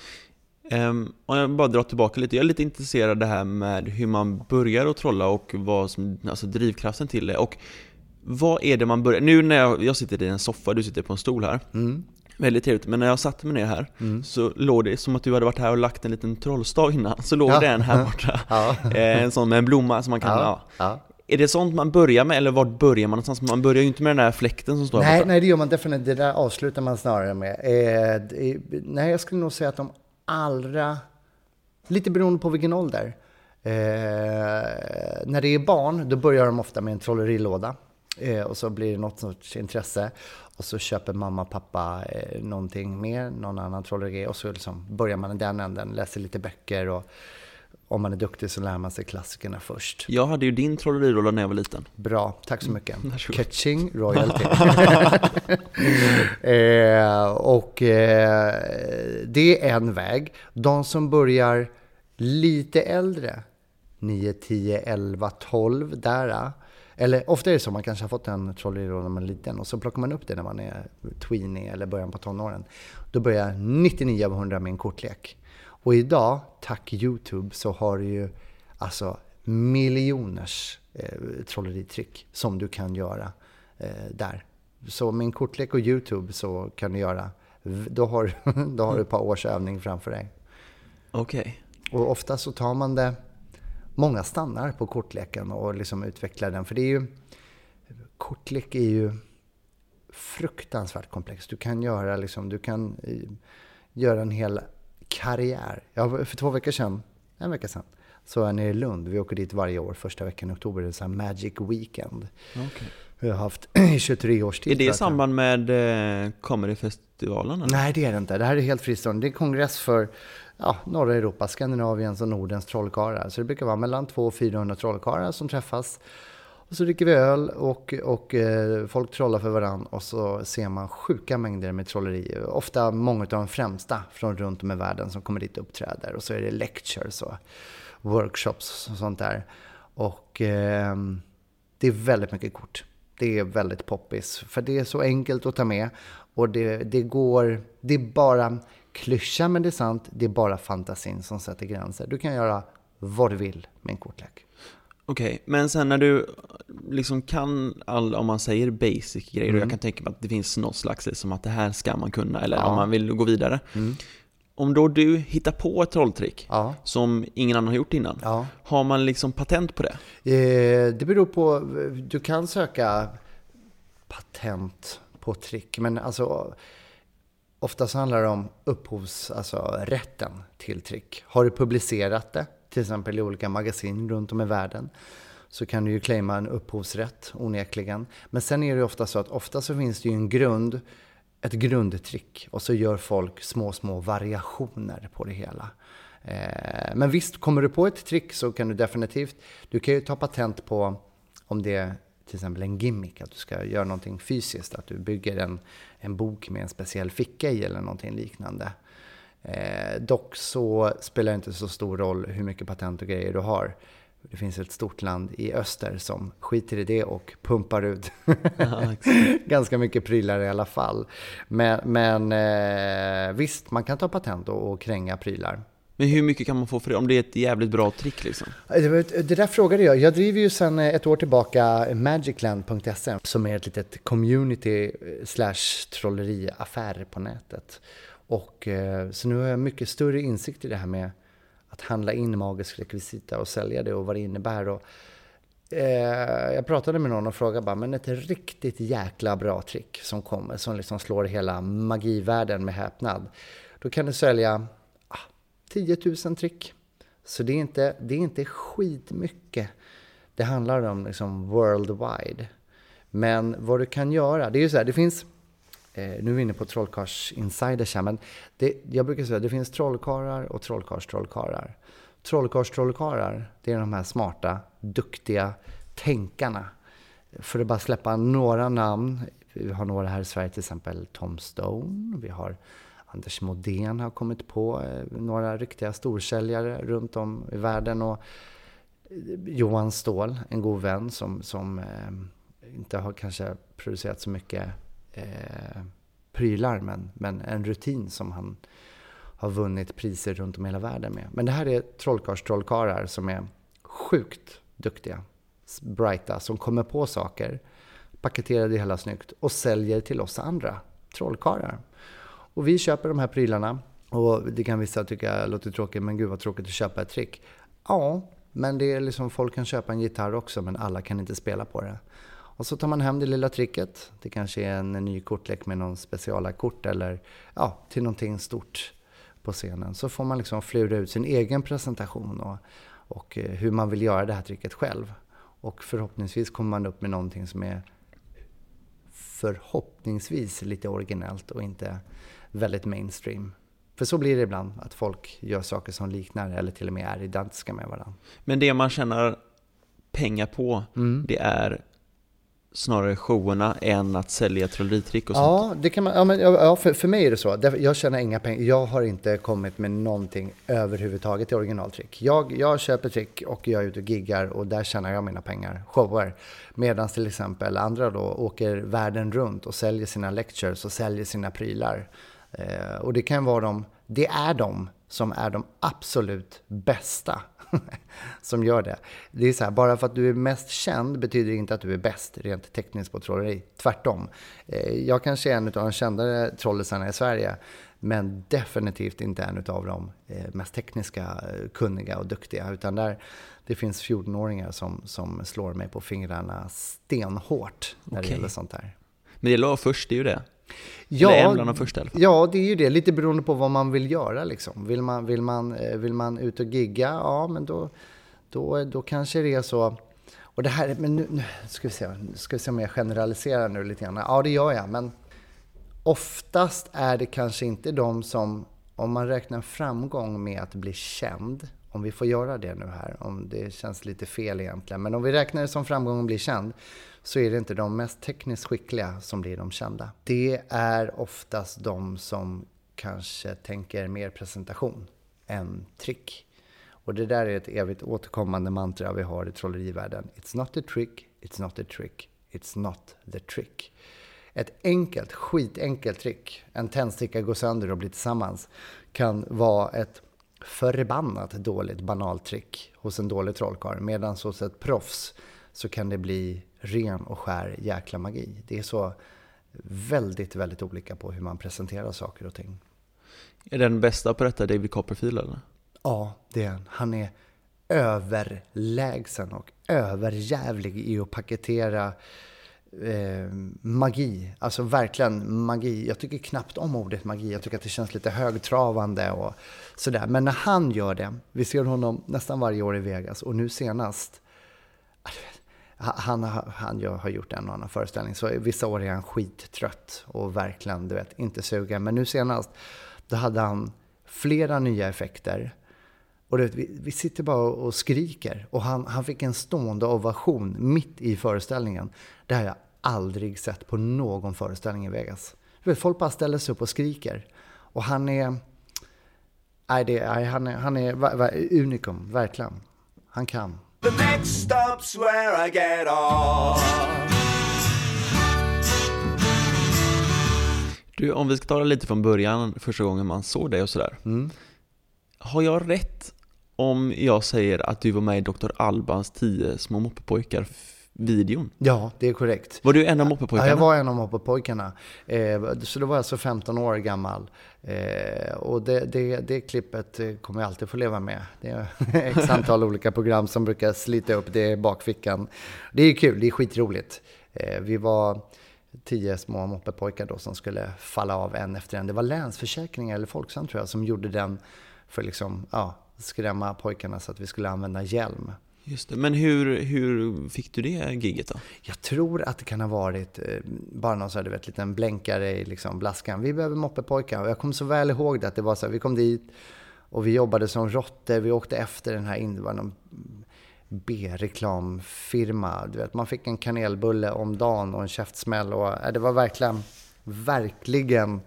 Om jag bara drar tillbaka lite. Jag är lite intresserad av det här med hur man börjar att trolla och vad som, alltså drivkraften till det. Och vad är det man börjar... Nu när jag sitter i en soffa, du sitter på en stol här. Väldigt trevligt, men när jag satte mig ner här så låg det som att du hade varit här och lagt en liten trollstav innan. Så låg det en här borta. En sån med en blomma som man kan... Är det sånt man börjar med, eller vart börjar man någonstans? Man börjar ju inte med den här fläkten som står borta. Nej, det gör man definitivt. Det där avslutar man snarare med. Nej, jag skulle nog säga att de allra... Lite beroende på vilken ålder. När det är barn, då börjar de ofta med en trollerilåda. Och så blir det något sorts intresse. Och så köper mamma och pappa någonting mer, någon annan trolleri. Och så liksom börjar man i den änden, läser lite böcker. Och om man är duktig så lär man sig klassikerna först. Jag hade ju din trollerirolla när jag var liten. Bra, tack så mycket. Catching royalty. Det är en väg. De som börjar lite äldre, 9, 10, 11, 12, där. Eller ofta är det så, man kanske har fått en trolleriroll när man är liten och så plockar man upp det när man är tweenie eller början på tonåren. Då börjar 99 av 100 med en kortlek. Och idag, tack YouTube, så har du ju alltså miljoners trolleritrick som du kan göra där. Så med en kortlek och YouTube så kan du göra, då har du ett par års övning framför dig. Okej. Och ofta så tar man det, många stannar på kortleken och liksom utvecklar den. För det är ju, kortlek är ju fruktansvärt komplext. Du kan göra en hel karriär. För en vecka sedan, så är jag nere i Lund. Vi åker dit varje år, första veckan i oktober. Det är så här Magic Weekend. Okay. Vi har haft i 23 års tid. Är det i samband med Comedyfestivalen? Nej, det är det inte. Det här är helt fristående. Det är kongress för norra Europa, Skandinaviens och Nordens trollkarlar. Så det brukar vara mellan 200 och 400 trollkarlar som träffas. Och så dricker vi öl och folk trollar för varann. Och så ser man sjuka mängder med trolleri. Ofta många av de främsta från runt om i världen som kommer dit och uppträder. Och så är det lectures och workshops och sånt där. Och det är väldigt mycket kort. Det är väldigt poppis. För det är så enkelt att ta med. Och det är bara klyscha, men det är sant. Det är bara fantasin som sätter gränser. Du kan göra vad du vill med en kortlek. Okej, men sen när du liksom kan om man säger basic grejer, och jag kan tänka mig att det finns något slags som att det här ska man kunna, eller om man vill gå vidare. Om då du hittar på ett trolltrick som ingen annan har gjort innan, har man liksom patent på det? Det beror på, du kan söka patent på trick, men alltså oftast handlar det om rätten till trick. Har du publicerat det, till exempel i olika magasin runt om i världen, så kan du ju claima en upphovsrätt onekligen. Men sen är det ofta så att ofta så finns det ju ett grundtrick, och så gör folk små variationer på det hela. Men visst, kommer du på ett trick så kan du kan ju ta patent på, om det är till exempel en gimmick, att du ska göra någonting fysiskt, att du bygger en bok med en speciell ficka i eller någonting liknande. Dock så spelar det inte så stor roll hur mycket patent och grejer du har. Det finns ett stort land i öster som skiter i det och pumpar ut ganska mycket prylar i alla fall. Men visst, man kan ta patent och kränga prylar. Men hur mycket kan man få för det om det är ett jävligt bra trick liksom? Det där frågade jag. Jag driver ju sedan ett år tillbaka magicland.se, som är ett litet community /trolleriaffär på nätet. Och så nu har jag mycket större insikt i det här med att handla in magisk rekvisita och sälja det och vad det innebär. Och, jag pratade med någon och frågade bara, men ett riktigt jäkla bra trick som kommer, som liksom slår hela magivärlden med häpnad. Då kan du sälja 10 000 trick. Så det är inte skitmycket. Det handlar om liksom worldwide. Men vad du kan göra, det är ju så här, det finns, nu är vi inne på trollkarls insiders här, men jag brukar säga att det finns trollkarlar och trollkarlar. Trollkarlar, det är de här smarta, duktiga tänkarna. För att bara släppa några namn, vi har några här i Sverige, till exempel Tom Stone, vi har Anders Modén har kommit på några riktiga storsäljare runt om i världen, och Johan Ståhl, en god vän som inte har kanske producerat så mycket prylar, men en rutin som han har vunnit priser runt om i hela världen med. Men det här är trollkarlar som är sjukt duktiga, brighta, som kommer på saker, paketerar det hela snyggt och säljer till oss andra trollkarlar. Och vi köper de här prylarna, och det kan vissa tycka låter tråkigt, men gud vad tråkigt att köpa ett trick. Ja, men det är liksom, folk kan köpa en gitarr också, men alla kan inte spela på det. Och så tar man hem det lilla tricket. Det kanske är en ny kortlek med någon speciala kort, eller till någonting stort på scenen. Så får man liksom flura ut sin egen presentation och hur man vill göra det här tricket själv. Och förhoppningsvis kommer man upp med någonting som är förhoppningsvis lite originellt och inte väldigt mainstream. För så blir det ibland, att folk gör saker som liknar eller till och med är identiska med varandra. Men det man tjänar pengar på, det är snarare showerna än att sälja trolleritrick och sånt. Ja, det kan man, för mig är det så. Jag tjänar inga pengar. Jag har inte kommit med någonting överhuvudtaget i originaltrick. Jag köper trick och jag är ute och giggar, och där tjänar jag mina pengar, shower. Medan till exempel andra då åker världen runt och säljer sina lectures och säljer sina prylar. Och det kan vara det är de som är de absolut bästa som gör det. Det är så här, bara för att du är mest känd betyder inte att du är bäst rent tekniskt på trolleri. Tvärtom. Jag kanske är en av de kändare trollisarna i Sverige, men definitivt inte en av de mest tekniska, kunniga och duktiga, utan det finns 14-åringar som slår mig på fingrarna stenhårt när det gäller sånt här. Men det låg först, det är ju det. Ja, ja, det är ju det. Lite beroende på vad man vill göra liksom. Vill man ut och gigga, ja, men då kanske det är så. Och det här, men nu ska vi se om jag generaliserar nu lite grann. Ja, det gör jag, men oftast är det kanske inte de som, om man räknar framgång med att bli känd, om vi får göra det nu här, om det känns lite fel egentligen, men om vi räknar det som framgång att bli känd, så är det inte de mest tekniskt skickliga som blir de kända. Det är oftast de som kanske tänker mer presentation än trick. Och det där är ett evigt återkommande mantra vi har i trollerivärlden. It's not a trick, it's not a trick, it's not the trick. Ett enkelt, skitenkelt trick, en tändsticka går sönder och blir tillsammans, kan vara ett förbannat dåligt banalt trick hos en dålig trollkarl. Medan hos ett proffs så kan det bli ren och skär jäkla magi. Det är så väldigt, väldigt olika på hur man presenterar saker och ting. Är den bästa på detta David Copperfield eller? Ja, det är han. Han är överlägsen och överjävlig i att paketera magi. Alltså verkligen magi. Jag tycker knappt om ordet magi. Jag tycker att det känns lite högtravande och sådär. Men när han gör det, vi ser honom nästan varje år i Vegas och nu senast han har gjort en och annan föreställning, så vissa år är han skittrött och verkligen, du vet, inte sugen. Men nu senast, då hade han flera nya effekter. Och du vet, vi sitter bara och skriker. Och han fick en stående ovation mitt i föreställningen. Det har jag aldrig sett på någon föreställning i Vegas. Du vet, folk bara ställer sig upp och skriker. Och han är unikum, verkligen. Han kan. The next stop's where I get off. Du, om vi ska ta det lite från början, första gången man såg dig och sådär. Har jag rätt om jag säger att du var med i Dr. Albans 10 små moppepojkar-videon? Ja, det är korrekt. Var du en av moppepojkarna? Ja, jag var en av moppepojkarna. Så då var jag så 15 år gammal. Och det klippet kommer jag alltid få leva med. Det är ett antal olika program som brukar slita upp det i bakfickan. Det är kul, det är skitroligt. Vi var 10 små moppepojkar då som skulle falla av en efter en. Det var Länsförsäkringar eller Folksam tror jag som gjorde den för liksom, skrämma pojkarna så att vi skulle använda hjälm. Just det. Men hur fick du det giget då? Jag tror att det kan ha varit bara någon så här, du vet, liten blänkare i liksom blaskan. Vi behöver moppepojkar. Och jag kommer så väl ihåg det, att det var så här, vi kom dit och vi jobbade som råttor. Vi åkte efter den här, det var någon B-reklamfirma. Du vet, man fick en kanelbulle om dagen och en käftsmäll. Och det var verkligen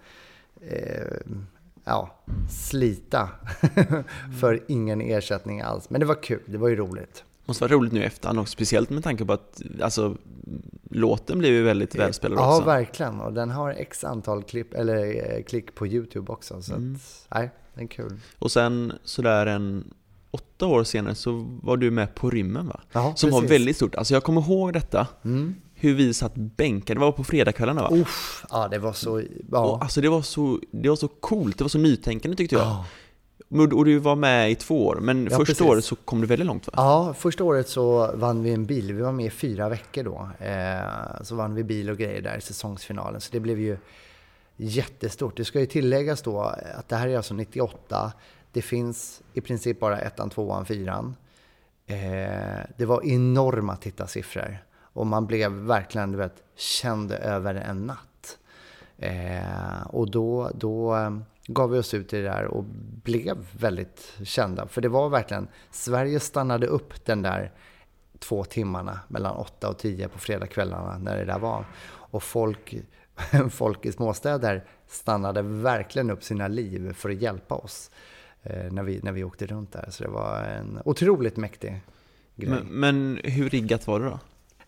slita för ingen ersättning alls. Men det var kul, det var ju roligt. Det måste vara roligt nu efterhand också, speciellt med tanke på att alltså, låten blev ju väldigt välspelad också. Ja, verkligen. Och den har x antal klick på YouTube också. Så att, det är kul. Och sen sådär 8 år senare så var du med på Rymmen, va? Ja, som precis. var väldigt stort. Alltså jag kommer ihåg detta. Hur vi satt bänkade. Det var på fredagskvällarna, va? Ja, det var så... Ja. Och, alltså det var så coolt. Det var så nytänkande tyckte jag. Ja. Och du var med i 2 år. Men första året så kom du väldigt långt, va? Ja, första året så vann vi en bil. Vi var med i 4 veckor då. Så vann vi bil och grejer där i säsongsfinalen. Så det blev ju jättestort. Det ska ju tilläggas då att det här är alltså 98. Det finns i princip bara 1, 2, 4. Det var enorma tittarsiffror. Och man blev verkligen, du vet, känd över en natt. Och då gav vi oss ut i det där och blev väldigt kända. För det var verkligen, Sverige stannade upp den där 2 timmarna mellan 8 och 10 på fredagskvällarna när det där var. Och folk i småstäder stannade verkligen upp sina liv för att hjälpa oss när vi åkte runt där. Så det var en otroligt mäktig grej. Men hur riggat var det då?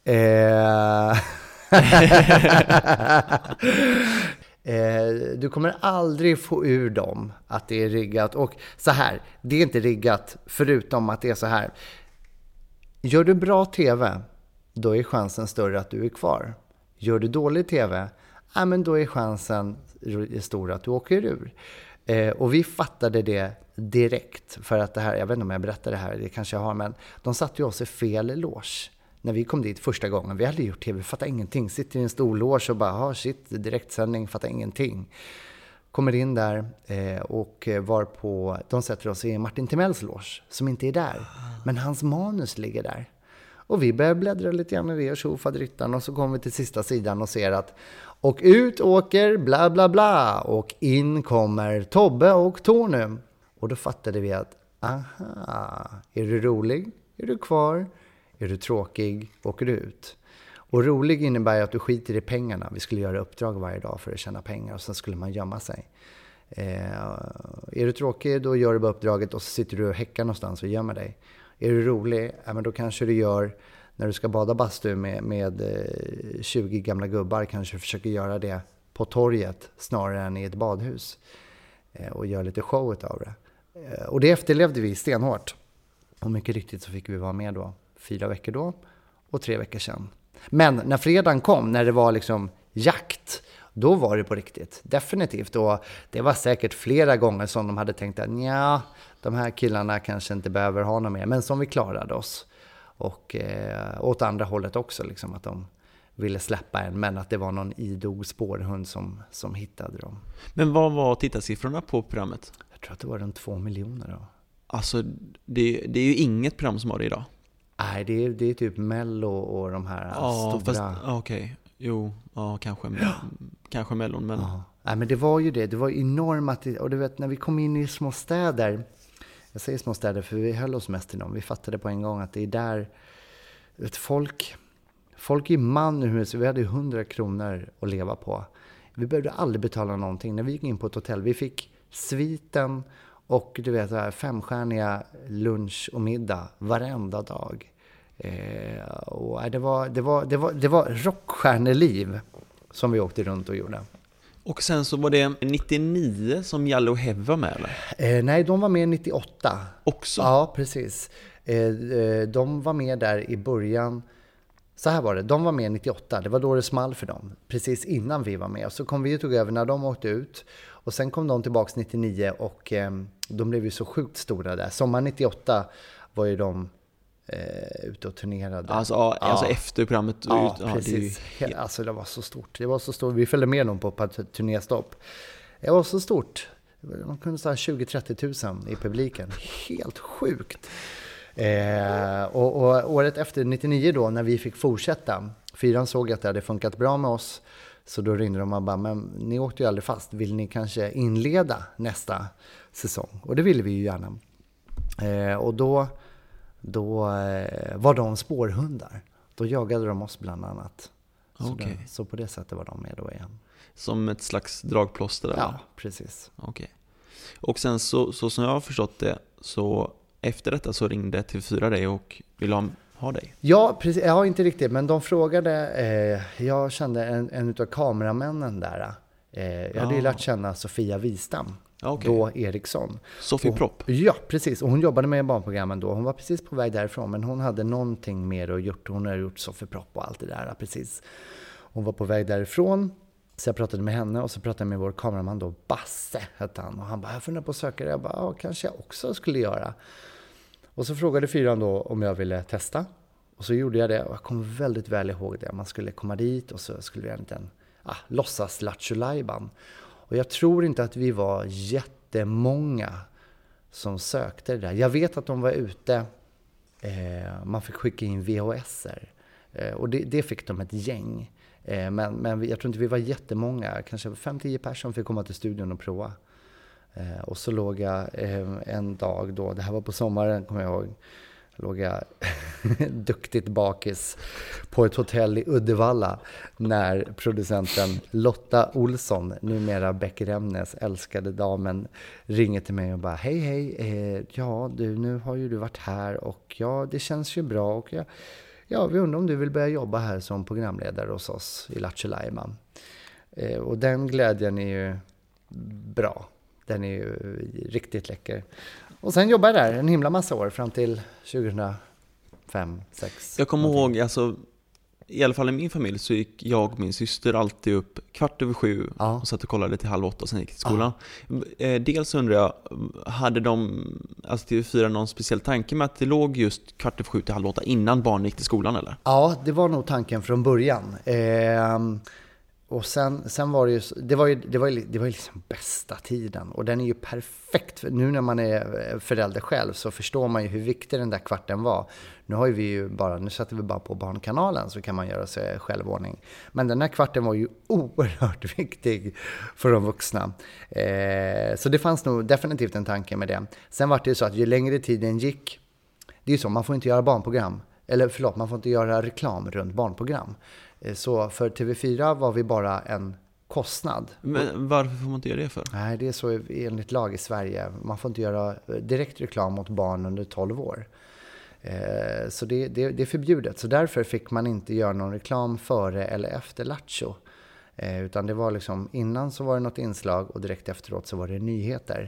Du kommer aldrig få ur dem att det är riggat. Och så här, det är inte riggat förutom att det är så här. Gör du bra tv, då är chansen större att du är kvar. Gör du dålig tv, men då är chansen stor att du åker ur. Och vi fattade det direkt. För att det här, jag vet inte om jag berättar det här, det kanske jag har, men de satte ju oss i fel loge. När vi kom dit första gången, vi hade gjort tv, vi fattade ingenting. Sitter i en stor loge och bara, direktsändning, fattar ingenting. Kommer in där och var på, de sätter oss i Martin Timells loge, som inte är där. Men hans manus ligger där. Och vi börjar bläddra lite grann i det och tjofaderittan, och så kommer vi till sista sidan och ser att och ut åker bla bla bla och in kommer Tobbe och Tony. Och då fattade vi att, är du rolig? Är du kvar? Är du tråkig? Åker du ut? Och rolig innebär att du skiter i pengarna. Vi skulle göra uppdrag varje dag för att tjäna pengar och sen skulle man gömma sig. Är du tråkig, då gör du bara uppdraget och så sitter du och häckar någonstans och gömmer dig. Är du rolig, men då kanske du gör, när du ska bada bastu med 20 gamla gubbar, kanske du försöker göra det på torget snarare än i ett badhus. Och gör lite show av det. Och det efterlevde vi stenhårt. Och mycket riktigt så fick vi vara med då 4 veckor då och 3 veckor sedan. Men när fredagen kom, när det var liksom jakt, då var det på riktigt. Definitivt. Och det var säkert flera gånger som de hade tänkt att nja, de här killarna kanske inte behöver ha något mer. Men som vi klarade oss. Och åt andra hållet också, liksom, att de ville släppa en, men att det var någon idog spårhund som hittade dem. Men vad var tittarsiffrorna på programmet? Jag tror att det var runt 2 miljoner då. Alltså, det är ju inget program som har det idag. Nej, det är typ Mello och de här stora... Okej. Jo, kanske Mellon, men... Ja. Nej, men det var ju det. Det var enormt. Och du vet, när vi kom in i små städer... Jag säger små städer för vi höll oss mest i dem. Vi fattade på en gång att det är där... Vet, folk i Manhus, vi hade 100 kronor att leva på. Vi behövde aldrig betala någonting. När vi gick in på ett hotell, vi fick sviten och du vet, 5-stjärniga lunch och middag varenda dag. Och det var rockstjärneliv som vi åkte runt och gjorde. Och sen så var det 99 som Jallo och Hev var med, eller? Nej, de var med 98. Också? Ja, precis. De var med där i början. Så här var det, de var med 98, det var då det small för dem. Precis innan vi var med. Och så kom vi och tog över när de åkte ut. Och sen kom de tillbaka 99 och de blev ju så sjukt stora där. Sommar 98 var ju de ute och turnerade. Alltså efter programmet. Ja, precis. Alltså det var så stort. Det var så stort. Vi följde med dem på turnéstopp. Det var så stort. De kunde säga 20-30 000 i publiken. Helt sjukt. Och året efter 99 då, när vi fick fortsätta, Fyran såg att det hade funkat bra med oss, så då ringde de och bara, men ni åkte ju aldrig fast, vill ni kanske inleda nästa säsong? Och det ville vi ju gärna. Och då var de spårhundar. Då jagade de oss bland annat. Okay. Så på det sättet var de med då igen. Som ett slags dragplåster? Eller? Ja, precis. Okay. Och sen så som jag har förstått det, så efter detta så ringde TV4 dig och ville ha dig. Ja, precis. Jag har inte riktigt, men de frågade, jag kände en utav kameramännen där. Jag hade ju lärt känna Sofia Wistam, då Eriksson. Sofie Propp? Ja, precis. Och hon jobbade med barnprogrammen då. Hon var precis på väg därifrån, men hon hade någonting mer att gjort. Hon hade gjort Sofie Propp och allt det där, precis. Hon var på väg därifrån. Så jag pratade med henne och så pratade jag med vår kameraman då, Basse hette han. Och han bara, jag funderar på att söka det. Jag bara, kanske jag också skulle göra. Och så frågade Fyran då om jag ville testa. Och så gjorde jag det och jag kommer väldigt väl ihåg det. Man skulle komma dit och så skulle vi göra en liten låtsas Lattjo Lajban. Och jag tror inte att vi var jättemånga som sökte det där. Jag vet att de var ute, man fick skicka in VHSer. Och det fick de ett gäng. Men jag tror inte vi var jättemånga. Kanske 5-10 personer fick komma till studion och prova. Och så låg jag en dag då, det här var på sommaren kommer jag ihåg, låg jag duktigt bakis på ett hotell i Uddevalla när producenten Lotta Olsson, numera Beck Remnes älskade damen, ringer till mig och bara hej, nu har ju du varit här och det känns ju bra och vi undrar om du vill börja jobba här som programledare hos oss i Lattjo Lajban. Och den glädjen är ju bra. Den är ju riktigt läcker. Och sen jobbade jag där en himla massa år fram till 2005, 2006. Jag kommer ihåg, alltså, i alla fall i min familj så gick jag och min syster alltid upp 7:15 och satt och kollade till 7:30 och sen gick till skolan. Dels undrar jag, hade de, alltså TV4, någon speciell tanke med att det låg just 7:15 till 7:30 innan barnen gick till skolan eller? Ja, det var nog tanken från början. Och sen var det ju, det var ju liksom bästa tiden. Och den är ju perfekt. Nu när man är förälder själv så förstår man ju hur viktig den där kvarten var. Nu sätter vi bara på Barnkanalen så kan man göra sig självordning. Men den här kvarten var ju oerhört viktig för de vuxna. Så det fanns nog definitivt en tanke med det. Sen var det ju så att ju längre tiden gick, det är ju så, man får inte göra barnprogram. Man får inte göra reklam runt barnprogram. Så för TV4 var vi bara en kostnad. Men varför får man inte göra det för? Nej, det är så enligt lag i Sverige. Man får inte göra direkt reklam mot barn under 12 år. Så det är förbjudet. Så därför fick man inte göra någon reklam före eller efter Lattjo. Utan det var liksom, innan så var det något inslag och direkt efteråt så var det nyheter.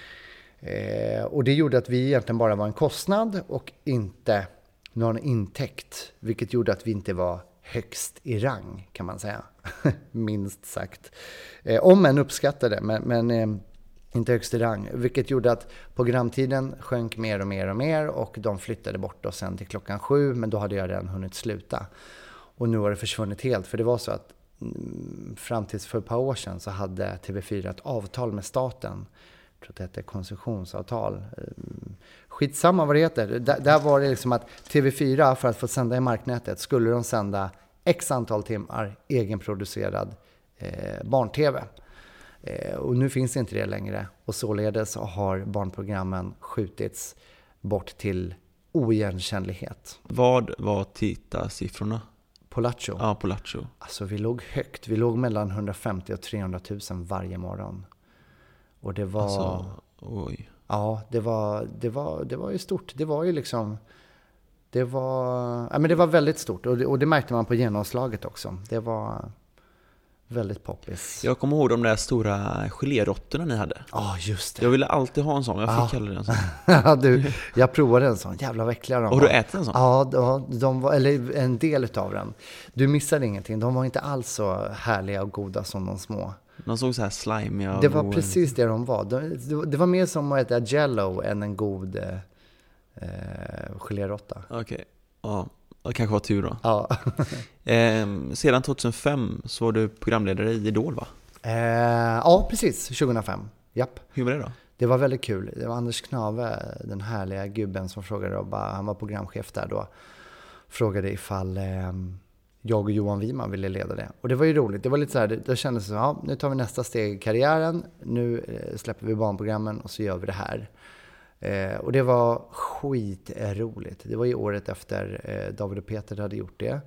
Och det gjorde att vi egentligen bara var en kostnad och inte någon intäkt. Vilket gjorde att vi inte var högst i rang, kan man säga. Minst sagt. Om en uppskattade, men inte högst i rang. Vilket gjorde att programtiden sjönk mer och mer och mer. Och de flyttade bort oss sen till 7:00. Men då hade jag redan hunnit sluta. Och nu har det försvunnit helt. För det var så att fram tills för ett par år sedan så hade TV4 ett avtal med staten. Jag tror att det hette koncessionsavtal. Skitsamma vad det heter. Där var det liksom att TV4 för att få sända i marknätet skulle de sända x antal timmar egenproducerad barn-tv. Och nu finns inte det längre. Och således har barnprogrammen skjutits bort till oigenkännlighet. Vad var tittarsiffrorna? På Lattjo? Ja, på Lattjo. Alltså vi låg högt. Vi låg mellan 150 och 300 000 varje morgon. Och det var... Alltså, oj. Ja, det var ju stort. Det var ju liksom... Det var väldigt stort. Och det märkte man på genomslaget också. Det var väldigt poppis. Jag kommer ihåg de där stora gelérotterna ni hade. Ja, just det. Jag ville alltid ha en sån. Jag fick aldrig en sån. Jag provade en sån. Jävla väckliga de. Och du äter en sån? Ja, de var, eller en del av den. Du missade ingenting. De var inte alls så härliga och goda som de små. De såg så här slimiga. Det var precis det de var. Det var mer som att äta Jello än en god gelérotta. Okej. Ja, det kanske var tur då. Ja. Sedan 2005 så var du programledare i Idol, va? Ja, precis. 2005. Japp. Hur var det då? Det var väldigt kul. Det var Anders Knave, den härliga gubben som frågade. Han var programchef där då. Frågade ifall jag och Johan Wiman ville leda det. Och det var ju roligt. Det var lite så här, det kändes så, ja, nu tar vi nästa steg i karriären. Nu släpper vi barnprogrammen och så gör vi det här. Och det var skitroligt. Det var ju året efter David och Peter hade gjort det.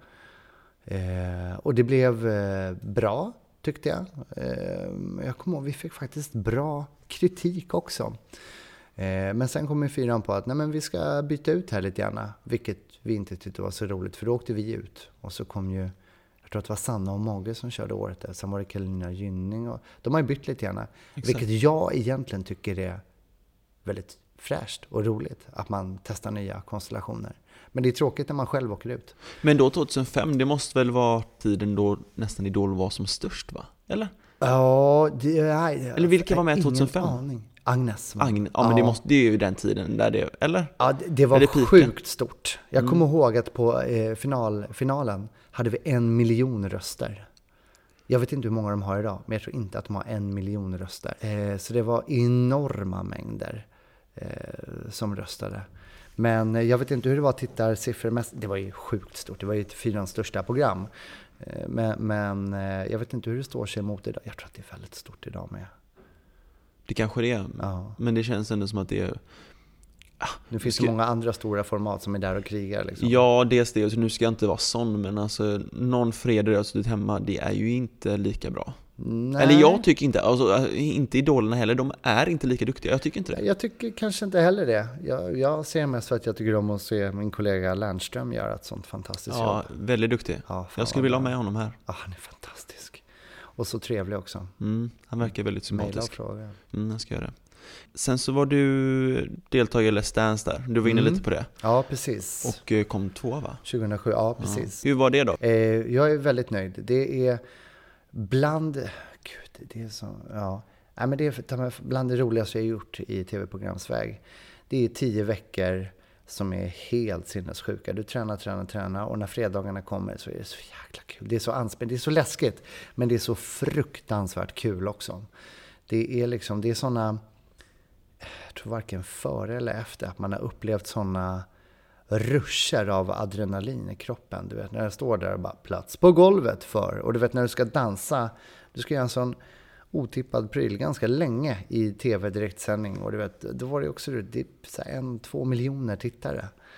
Och det blev bra, tyckte jag. Jag kommer ihåg, vi fick faktiskt bra kritik också. Men sen kom ju fyran på att nej, men vi ska byta ut här lite grann. Vilket vi inte tyckte var så roligt, för då åkte vi ut. Och så kom ju, jag tror att det var Sanna och Mogge som körde året där. Sen var det Carolina Gynning. Och de har ju bytt lite grann. Exakt. Vilket jag egentligen tycker är väldigt fräscht och roligt. Att man testar nya konstellationer. Men det är tråkigt när man själv åker ut. Men då 2005, det måste väl vara tiden då nästan Idol var som störst, va? Eller? Ja, eller vilka var med 2005? Ingen aning. Agnes. Men det är ju den tiden där det, eller? Ja, det var sjukt stort. Jag kommer ihåg att på finalen hade vi 1 miljon röster. Jag vet inte hur många de har idag, men jag tror inte att de har 1 miljon röster. Så det var enorma mängder som röstade. Men jag vet inte hur det var tittarsiffror. Det var ju sjukt stort. Det var ju 4 största program. Men jag vet inte hur det står sig mot idag. Jag tror att det är väldigt stort idag med. Det kanske det är. Ja. Men det känns ändå som att det är... Nu finns det många andra stora format som är där och krigar. Liksom. Ja, dels det. Nu ska jag inte vara sån, men alltså, någon fredag har suttit hemma, det är ju inte lika bra. Nej. Eller jag tycker inte, alltså, inte idolerna heller, de är inte lika duktiga. Jag tycker inte det. Jag tycker kanske inte heller det. Jag ser mest för att jag tycker om att se min kollega Lernström göra ett sånt fantastiskt jobb. Ja, väldigt duktig. Ja, jag skulle vilja ha med honom här. Ja, han är fantastisk. Och så trevlig också. Han verkar väldigt sympatisk. Fråga. Jag ska göra det. Sen så var du deltagare i Let's Dance där. Du var inne lite på det. Ja, precis. Och kom 2, va? 2007, ja precis. Ja. Hur var det då? Jag är väldigt nöjd. Det är bland... Gud, det är så... Ja. Nej, men det är bland det roligaste jag har gjort i tv-programsväg. Det är 10 veckor som är helt sinnessjuka. Du tränar och när fredagarna kommer så är det så jäkla kul. Det är så anspänt, det är så läskigt, men det är så fruktansvärt kul också. Det är såna, jag tror varken före eller efter, att man har upplevt såna ruscher av adrenalin i kroppen. Du vet, när jag står där och bara plats på golvet och du vet när du ska dansa, du ska göra en sån otippad pryl ganska länge i tv-direktsändning och du vet, då var det också det är 1-2 miljoner tittare.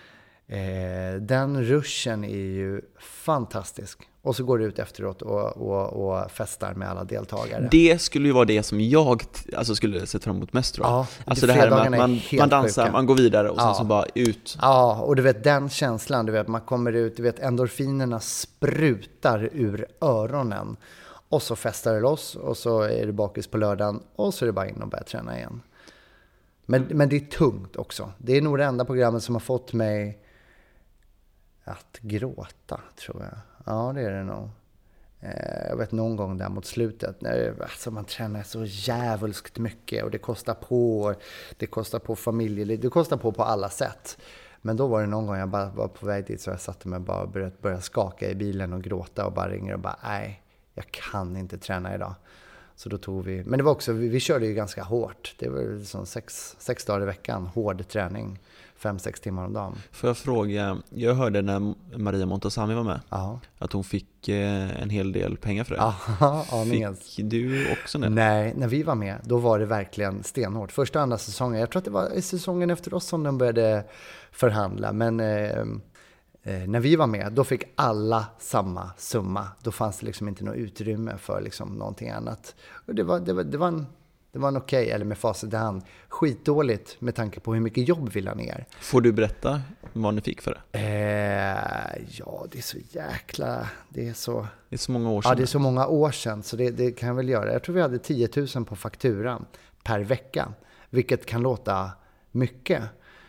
Den ruschen är ju fantastisk. Och så går du ut efteråt och festar med alla deltagare. Det skulle ju vara det som jag skulle se fram emot mest, tror jag. Ja, alltså det här med att man dansar, man går vidare och sen så bara ut. Ja, och du vet den känslan, du vet man kommer ut, du vet endorfinerna sprutar ur öronen. Och så festar det loss och så är det bakis på lördagen och så är det bara in och börja träna igen. Men det är tungt också. Det är nog det enda programmet som har fått mig att gråta, tror jag. Ja, det är det nog. Jag vet någon gång där mot slutet när man tränar så jävulskt mycket och det kostar på familjeliv, det kostar på alla sätt. Men då var det någon gång jag bara var på väg dit så jag satte mig bara och började skaka i bilen och gråta och bara ringer och bara nej, jag kan inte träna idag. Så då tog vi, men det var också, vi körde ju ganska hårt. Det var som 6 dagar i veckan, hård träning, 5-6 timmar om dagen. Får jag fråga, jag hörde när Maria Montazami var med, att hon fick en hel del pengar för det. Fick du också det? Nej, när vi var med, då var det verkligen stenhårt. Första och andra säsongen, jag tror att det var säsongen efter oss som de började förhandla, men när vi var med, då fick alla samma summa. Då fanns det liksom inte något utrymme för liksom någonting annat. Och det var en okej, eller med facit i hand, skitdåligt med tanke på hur mycket jobb vi la ner. Får du berätta vad ni fick för det? Ja, det är så jäkla... Det är så många år sedan. Ja, det är så många år sedan, så det kan jag väl göra. Jag tror vi hade 10 000 på fakturan per vecka, vilket kan låta mycket.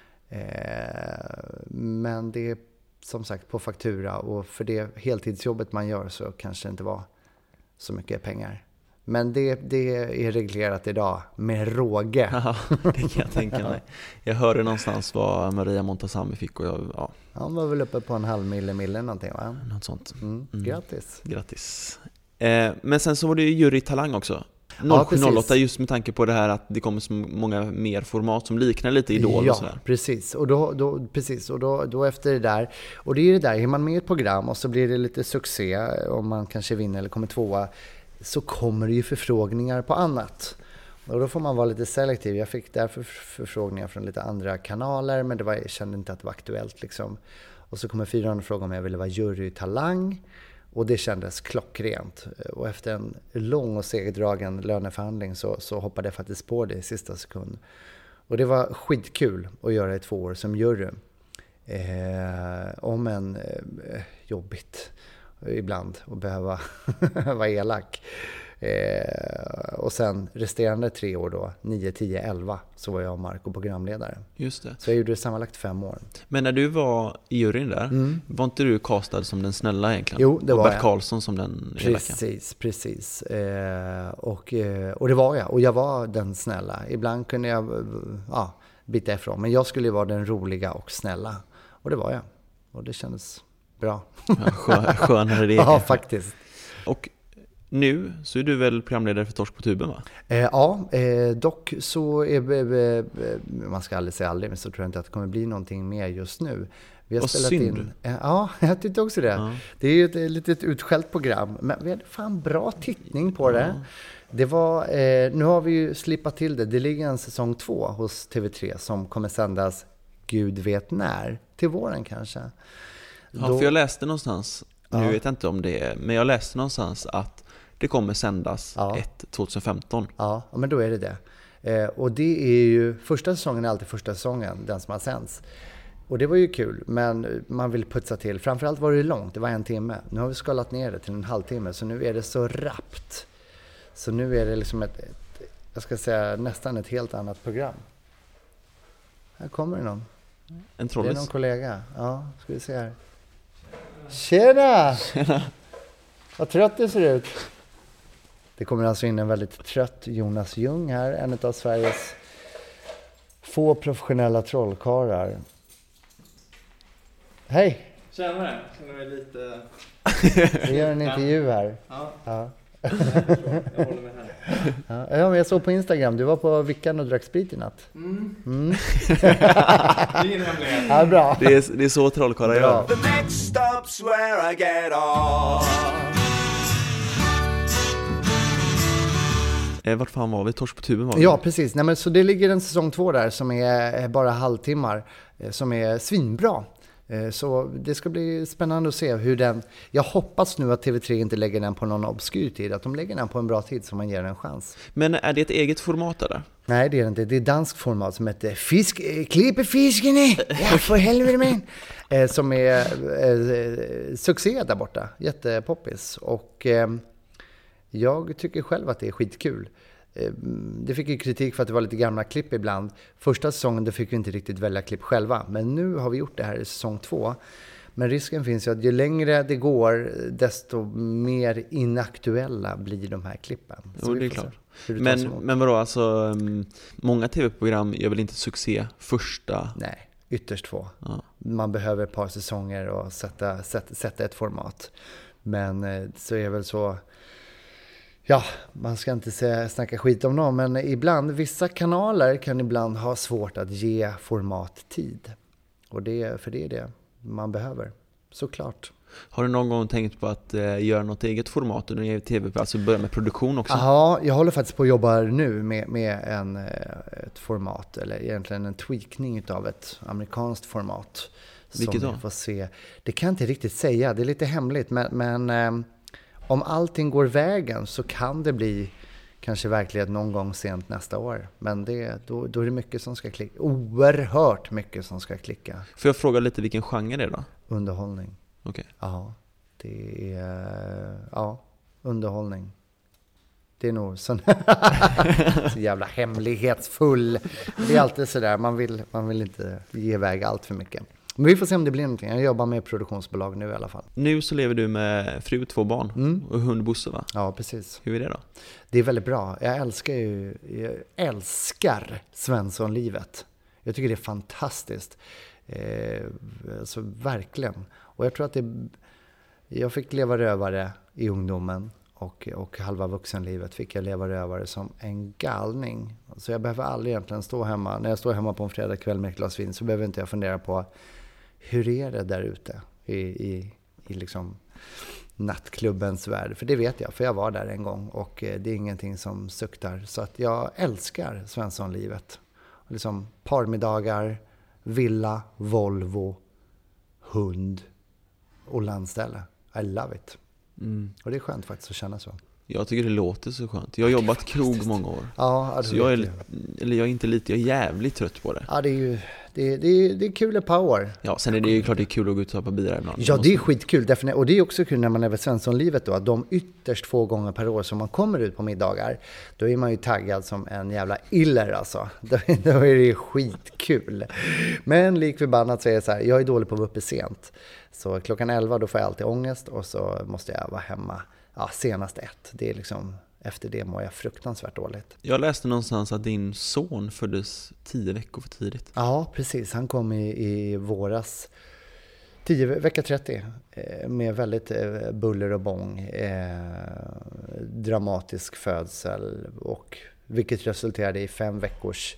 Men det är som sagt på faktura, och för det heltidsjobbet man gör så kanske det inte var så mycket pengar. Men det är reglerat idag med råge. Ja, det kan jag tänka mig. Jag hörde någonstans vad Maria Montazami fick och Han var väl uppe på 500 000 någonting, va? Något sånt. Grattis. Men sen så var det ju jurytalang också. 0708, just med tanke på det här att det kommer så många mer format som liknar lite Idol och sådär. Precis. Och då efter det där, och det är det där, är man med i ett program och så blir det lite succé, om man kanske vinner eller kommer tvåa, så kommer det ju förfrågningar på annat. Och då får man vara lite selektiv. Jag fick därför förfrågningar från lite andra kanaler, men jag kände inte att det var aktuellt liksom. Och så kommer 400 fråga om jag ville vara jurytalang. Och det kändes klockrent. Och efter en lång och segdragen löneförhandling så hoppade jag faktiskt på det i sista sekund. Och det var skitkul att göra i 2 år som jury. Om en jobbigt ibland att behöva vara elak. Och sen resterande 3 år då, 9, 10, 11, så var jag och Marco programledare. Just det. Så jag gjorde det sammanlagt 5 år. Men när du var i juryn där, var inte du castad som den snälla egentligen? Jo, det var Bert Karlsson som den elaka? Precis. Och det var jag. Och jag var den snälla. Ibland kunde jag bita ifrån. Men jag skulle ju vara den roliga och snälla. Och det var jag. Och det kändes bra. Skönare det. Ja, faktiskt. Och nu så är du väl programledare för Torsk på tuben, va? Dock så är man ska aldrig säga aldrig, men så tror jag inte att det kommer bli någonting mer just nu. Vi har spelat in. Ja, jag tyckte också det. Ja. Det är ju ett litet utskällt program, men vi hade fan bra tittning på det. Det var, nu har vi ju slippat till det. Det ligger en säsong 2 hos TV3 som kommer sändas Gud vet när, till våren kanske. Ja, för jag läste någonstans, nu vet jag inte om det är, men jag läste någonstans att det kommer sändas 2015. Ja, men då är det det. Och det är ju, första säsongen är alltid första säsongen, den som har sänds. Och det var ju kul, men man vill putsa till. Framförallt var det långt, det var 1 timme. Nu har vi skalat ner det till 1,5 timme, så nu är det så rappt. Så nu är det liksom jag ska säga nästan ett helt annat program. Här kommer det någon. En trollis. Det är någon kollega. Ja, ska vi se här. Tjena! Vad trött det ser ut. Det kommer alltså in en väldigt trött Jonas Ljung här. En av Sveriges få professionella trollkarlar. Hej! Känner mig lite... Vi gör en intervju här. Ja. Jag håller med här. Ja, men jag såg på Instagram. Du var på Vickan och drack sprit i natt. Det är ingen hemlighet. Ja, bra. Det är så trollkarlar gör. The next stop's where I get off. Vart fan var vi? Torsk på tuben var vi? Ja, precis. Nej, men så det ligger en säsong 2 där som är bara halvtimmar. Som är svinbra. Så det ska bli spännande att se hur den... Jag hoppas nu att TV3 inte lägger den på någon obskyr tid. Att de lägger den på en bra tid så man ger den en chans. Men är det ett eget format eller? Nej, det är det inte. Det är dansk format som heter Fisk... Klipper fisken i! Ja, för helvete men! Som är succé där borta. Jättepoppis. Och jag tycker själv att det är skitkul. Det fick ju kritik för att det var lite gamla klipp ibland. Första säsongen då fick vi inte riktigt välja klipp själva. Men nu har vi gjort det här i säsong 2. Men risken finns ju att ju längre det går desto mer inaktuella blir de här klippen. Jo, det är klart. Men vadå, alltså många tv-program gör väl inte succé första? Nej, ytterst få. Ja. Man behöver ett par säsonger och sätta ett format. Men så är väl så... Ja, man ska inte snacka skit om någon, men ibland, vissa kanaler kan ibland ha svårt att ge format tid. Och det är det man behöver, såklart. Har du någon gång tänkt på att göra något eget format när det är tv, alltså börja med produktion också? Ja, jag håller faktiskt på att jobba nu med ett format, eller egentligen en tweakning av ett amerikanskt format. Vilket då? Får se. Det kan jag inte riktigt säga, det är lite hemligt, men om allting går vägen så kan det bli kanske verkligen någon gång sent nästa år. Men då är det mycket som ska klicka. Oerhört mycket som ska klicka. Får jag fråga lite vilken genre det är då? Underhållning. Okej. Ja, det är... Ja, underhållning. Det är nog så jävla hemlighetsfull. Det är alltid sådär, man vill inte ge iväg allt för mycket. Men vi får se om det blir någonting. Jag jobbar med produktionsbolag nu i alla fall. Nu så lever du med fru, 2 barn och hund Bosse, va? Ja, precis. Hur är det då? Det är väldigt bra. Jag älskar Svenssonlivet. Jag tycker det är fantastiskt. Alltså verkligen. Och jag tror att jag fick leva rövare i ungdomen. Och halva vuxenlivet fick jag leva rövare som en galning. Så jag behöver aldrig egentligen stå hemma. När jag står hemma på en fredagkväll med ett glas vin så behöver inte jag fundera på hur är det där ute i liksom nattklubbens värld. För det vet jag, för jag var där en gång och det är ingenting som suktar. Så att jag älskar Svenssonlivet. Liksom parmiddagar, villa, Volvo, hund och landställe. I love it. Och det är skönt faktiskt att känna så. Jag tycker det låter så skönt. Jag har jobbat krog många år. Ja, så jag är jävligt trött på det. Ja, det är kul ett par år. Ja, sen är det ju klart det är kul att gå ut och ta på bilar ibland. Ja, det är skitkul definitivt. Och det är också kul när man är vid Svenssonlivet då, att de ytterst få gånger per år som man kommer ut på middagar, då är man ju taggad som en jävla iller alltså. Då är det skitkul. Men lik förbannat så är det så här, jag är dålig på att vara uppe sent. Så klockan 11 då får jag alltid ångest och så måste jag vara hemma senast 1. Det är liksom, efter det mår jag fruktansvärt dåligt. Jag läste någonstans att din son föddes 10 veckor för tidigt. Ja, precis. Han kom i våras, vecka 30, med väldigt buller och bång. Dramatisk födsel, och vilket resulterade i 5 veckors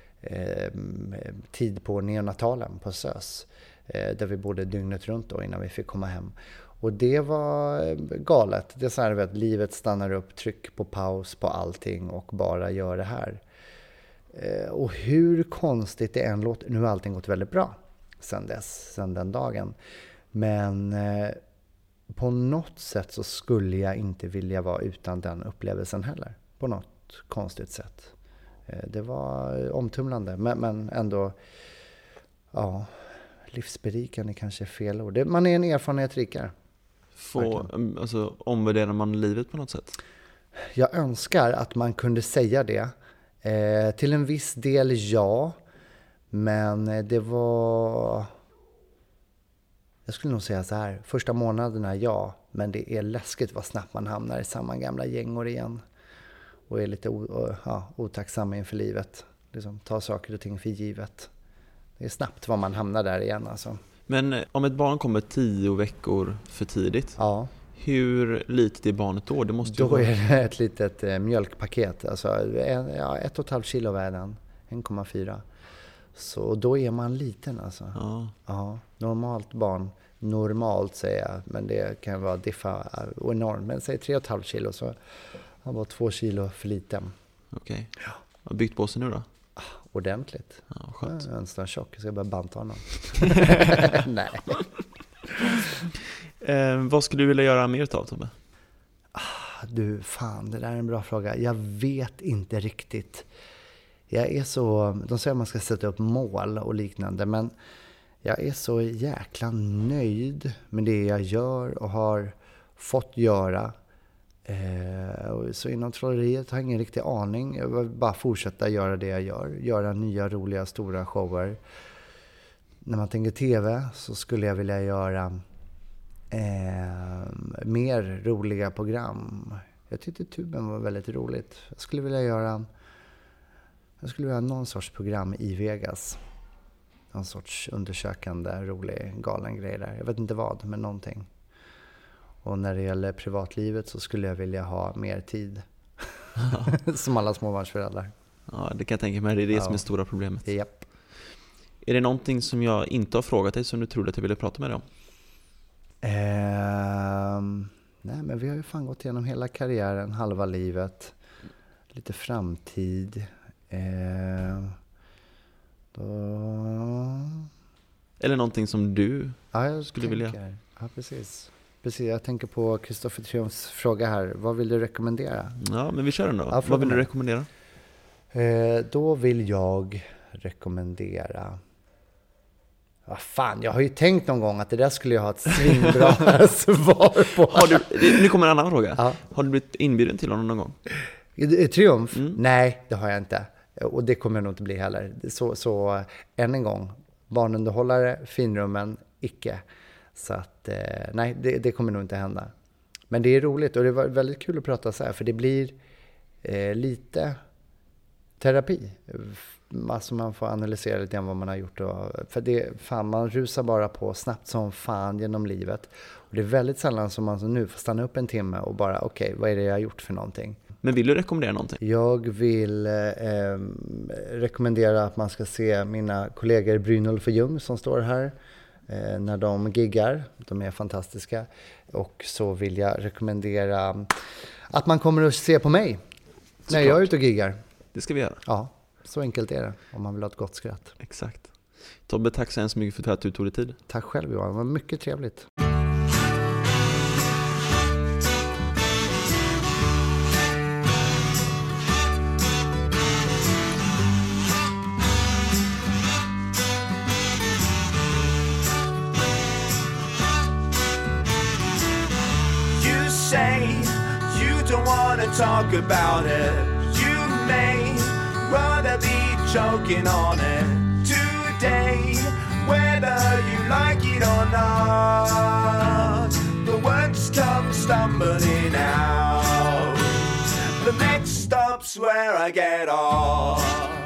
tid på neonatalen på SÖS. Där vi bodde dygnet runt då innan vi fick komma hem. Och det var galet. Det är så här att livet stannar upp, tryck på paus på allting och bara gör det här. Och hur konstigt det än låter, nu har allting gått väldigt bra sen den dagen. Men på något sätt så skulle jag inte vilja vara utan den upplevelsen heller. På något konstigt sätt. Det var omtumlande, men ändå, ja, livsberikande kanske är fel ord. Man är en erfarenhet rikare. Alltså, omvärderar man livet på något sätt? Jag önskar att man kunde säga det. Till en viss del ja. Men det var... Jag skulle nog säga så här. Första månaderna ja. Men det är läskigt vad snabbt man hamnar i samma gamla gängor igen. Och är lite otacksam inför livet. Liksom, ta saker och ting för givet. Det är snabbt vad man hamnar där igen alltså. Men om ett barn kommer 10 veckor för tidigt, ja. Hur litet är barnet då? Det måste då är det ett litet mjölkpaket. Alltså 1,5 kilo väger den, 1,4. Så då är man liten alltså. Ja. Normalt barn, normalt säger jag, men det kan vara diffa enormt. Men säg 3,5 kilo så han var 2 kilo för liten. Okej. Ja. Har byggt på sig nu då? Ordentligt. Ja, skönt. Jag önskar tjock, jag ska bara banta honom. Nej. Vad skulle du vilja göra mer utav, Tobbe? Du, fan, det där är en bra fråga. Jag vet inte riktigt. Jag är så... De säger att man ska sätta upp mål och liknande, men jag är så jäkla nöjd med det jag gör och har fått göra. Så inom trolleriet har jag ingen riktig aning. Jag vill bara fortsätta göra det jag gör. Göra nya, roliga, stora shower. När man tänker tv så skulle jag vilja göra mer roliga program. Jag tyckte Tuben var väldigt roligt. Jag skulle vilja göra någon sorts program i Vegas. Någon sorts undersökande, rolig, galen grej där. Jag vet inte vad, men någonting. Och när det gäller privatlivet så skulle jag vilja ha mer tid. Som alla småbarnsföräldrar. Ja, det kan jag tänka mig. Det är det som är stora problemet. Japp. Är det någonting som jag inte har frågat dig som du trodde att jag ville prata med dig om? Nej, men vi har ju fan gått igenom hela karriären, halva livet. Lite framtid. Eller någonting som du skulle vilja... Ja, precis. Jag tänker på Kristoffer Triumfs fråga här. Vad vill du rekommendera? Ja, men vi kör den då. Ja, vad vill du rekommendera? Då vill jag rekommendera... Fan, jag har ju tänkt någon gång att det där skulle jag ha ett svinbra svar på. Nu kommer en annan fråga. Ja. Har du blivit inbjuden till honom någon gång? Triumf? Nej, det har jag inte. Och det kommer jag nog inte bli heller. Så än en gång, barnunderhållare, finrummen, icke. Så att, nej, det kommer nog inte hända. Men det är roligt och det var väldigt kul att prata så här. För det blir lite terapi. Alltså man får analysera lite grann vad man har gjort. För man rusar bara på snabbt som fan genom livet. Och det är väldigt sällan som man nu får stanna upp en timme och bara okej, vad är det jag har gjort för någonting? Men vill du rekommendera någonting? Jag vill rekommendera att man ska se mina kollegor Brynolf och Ljung som står här när de giggar. De är fantastiska. Och så vill jag rekommendera att man kommer att se på mig när jag är ute och giggar. Det ska vi göra. Ja, så enkelt är det om man vill ha ett gott skratt. Exakt. Tobbe, tack så hemskt mycket för att du tog dig tid. Tack själv Johan, det var mycket trevligt. Say you don't want to talk about it. You may rather be choking on it today, whether you like it or not. The words come stumbling out. The next stop's where I get off.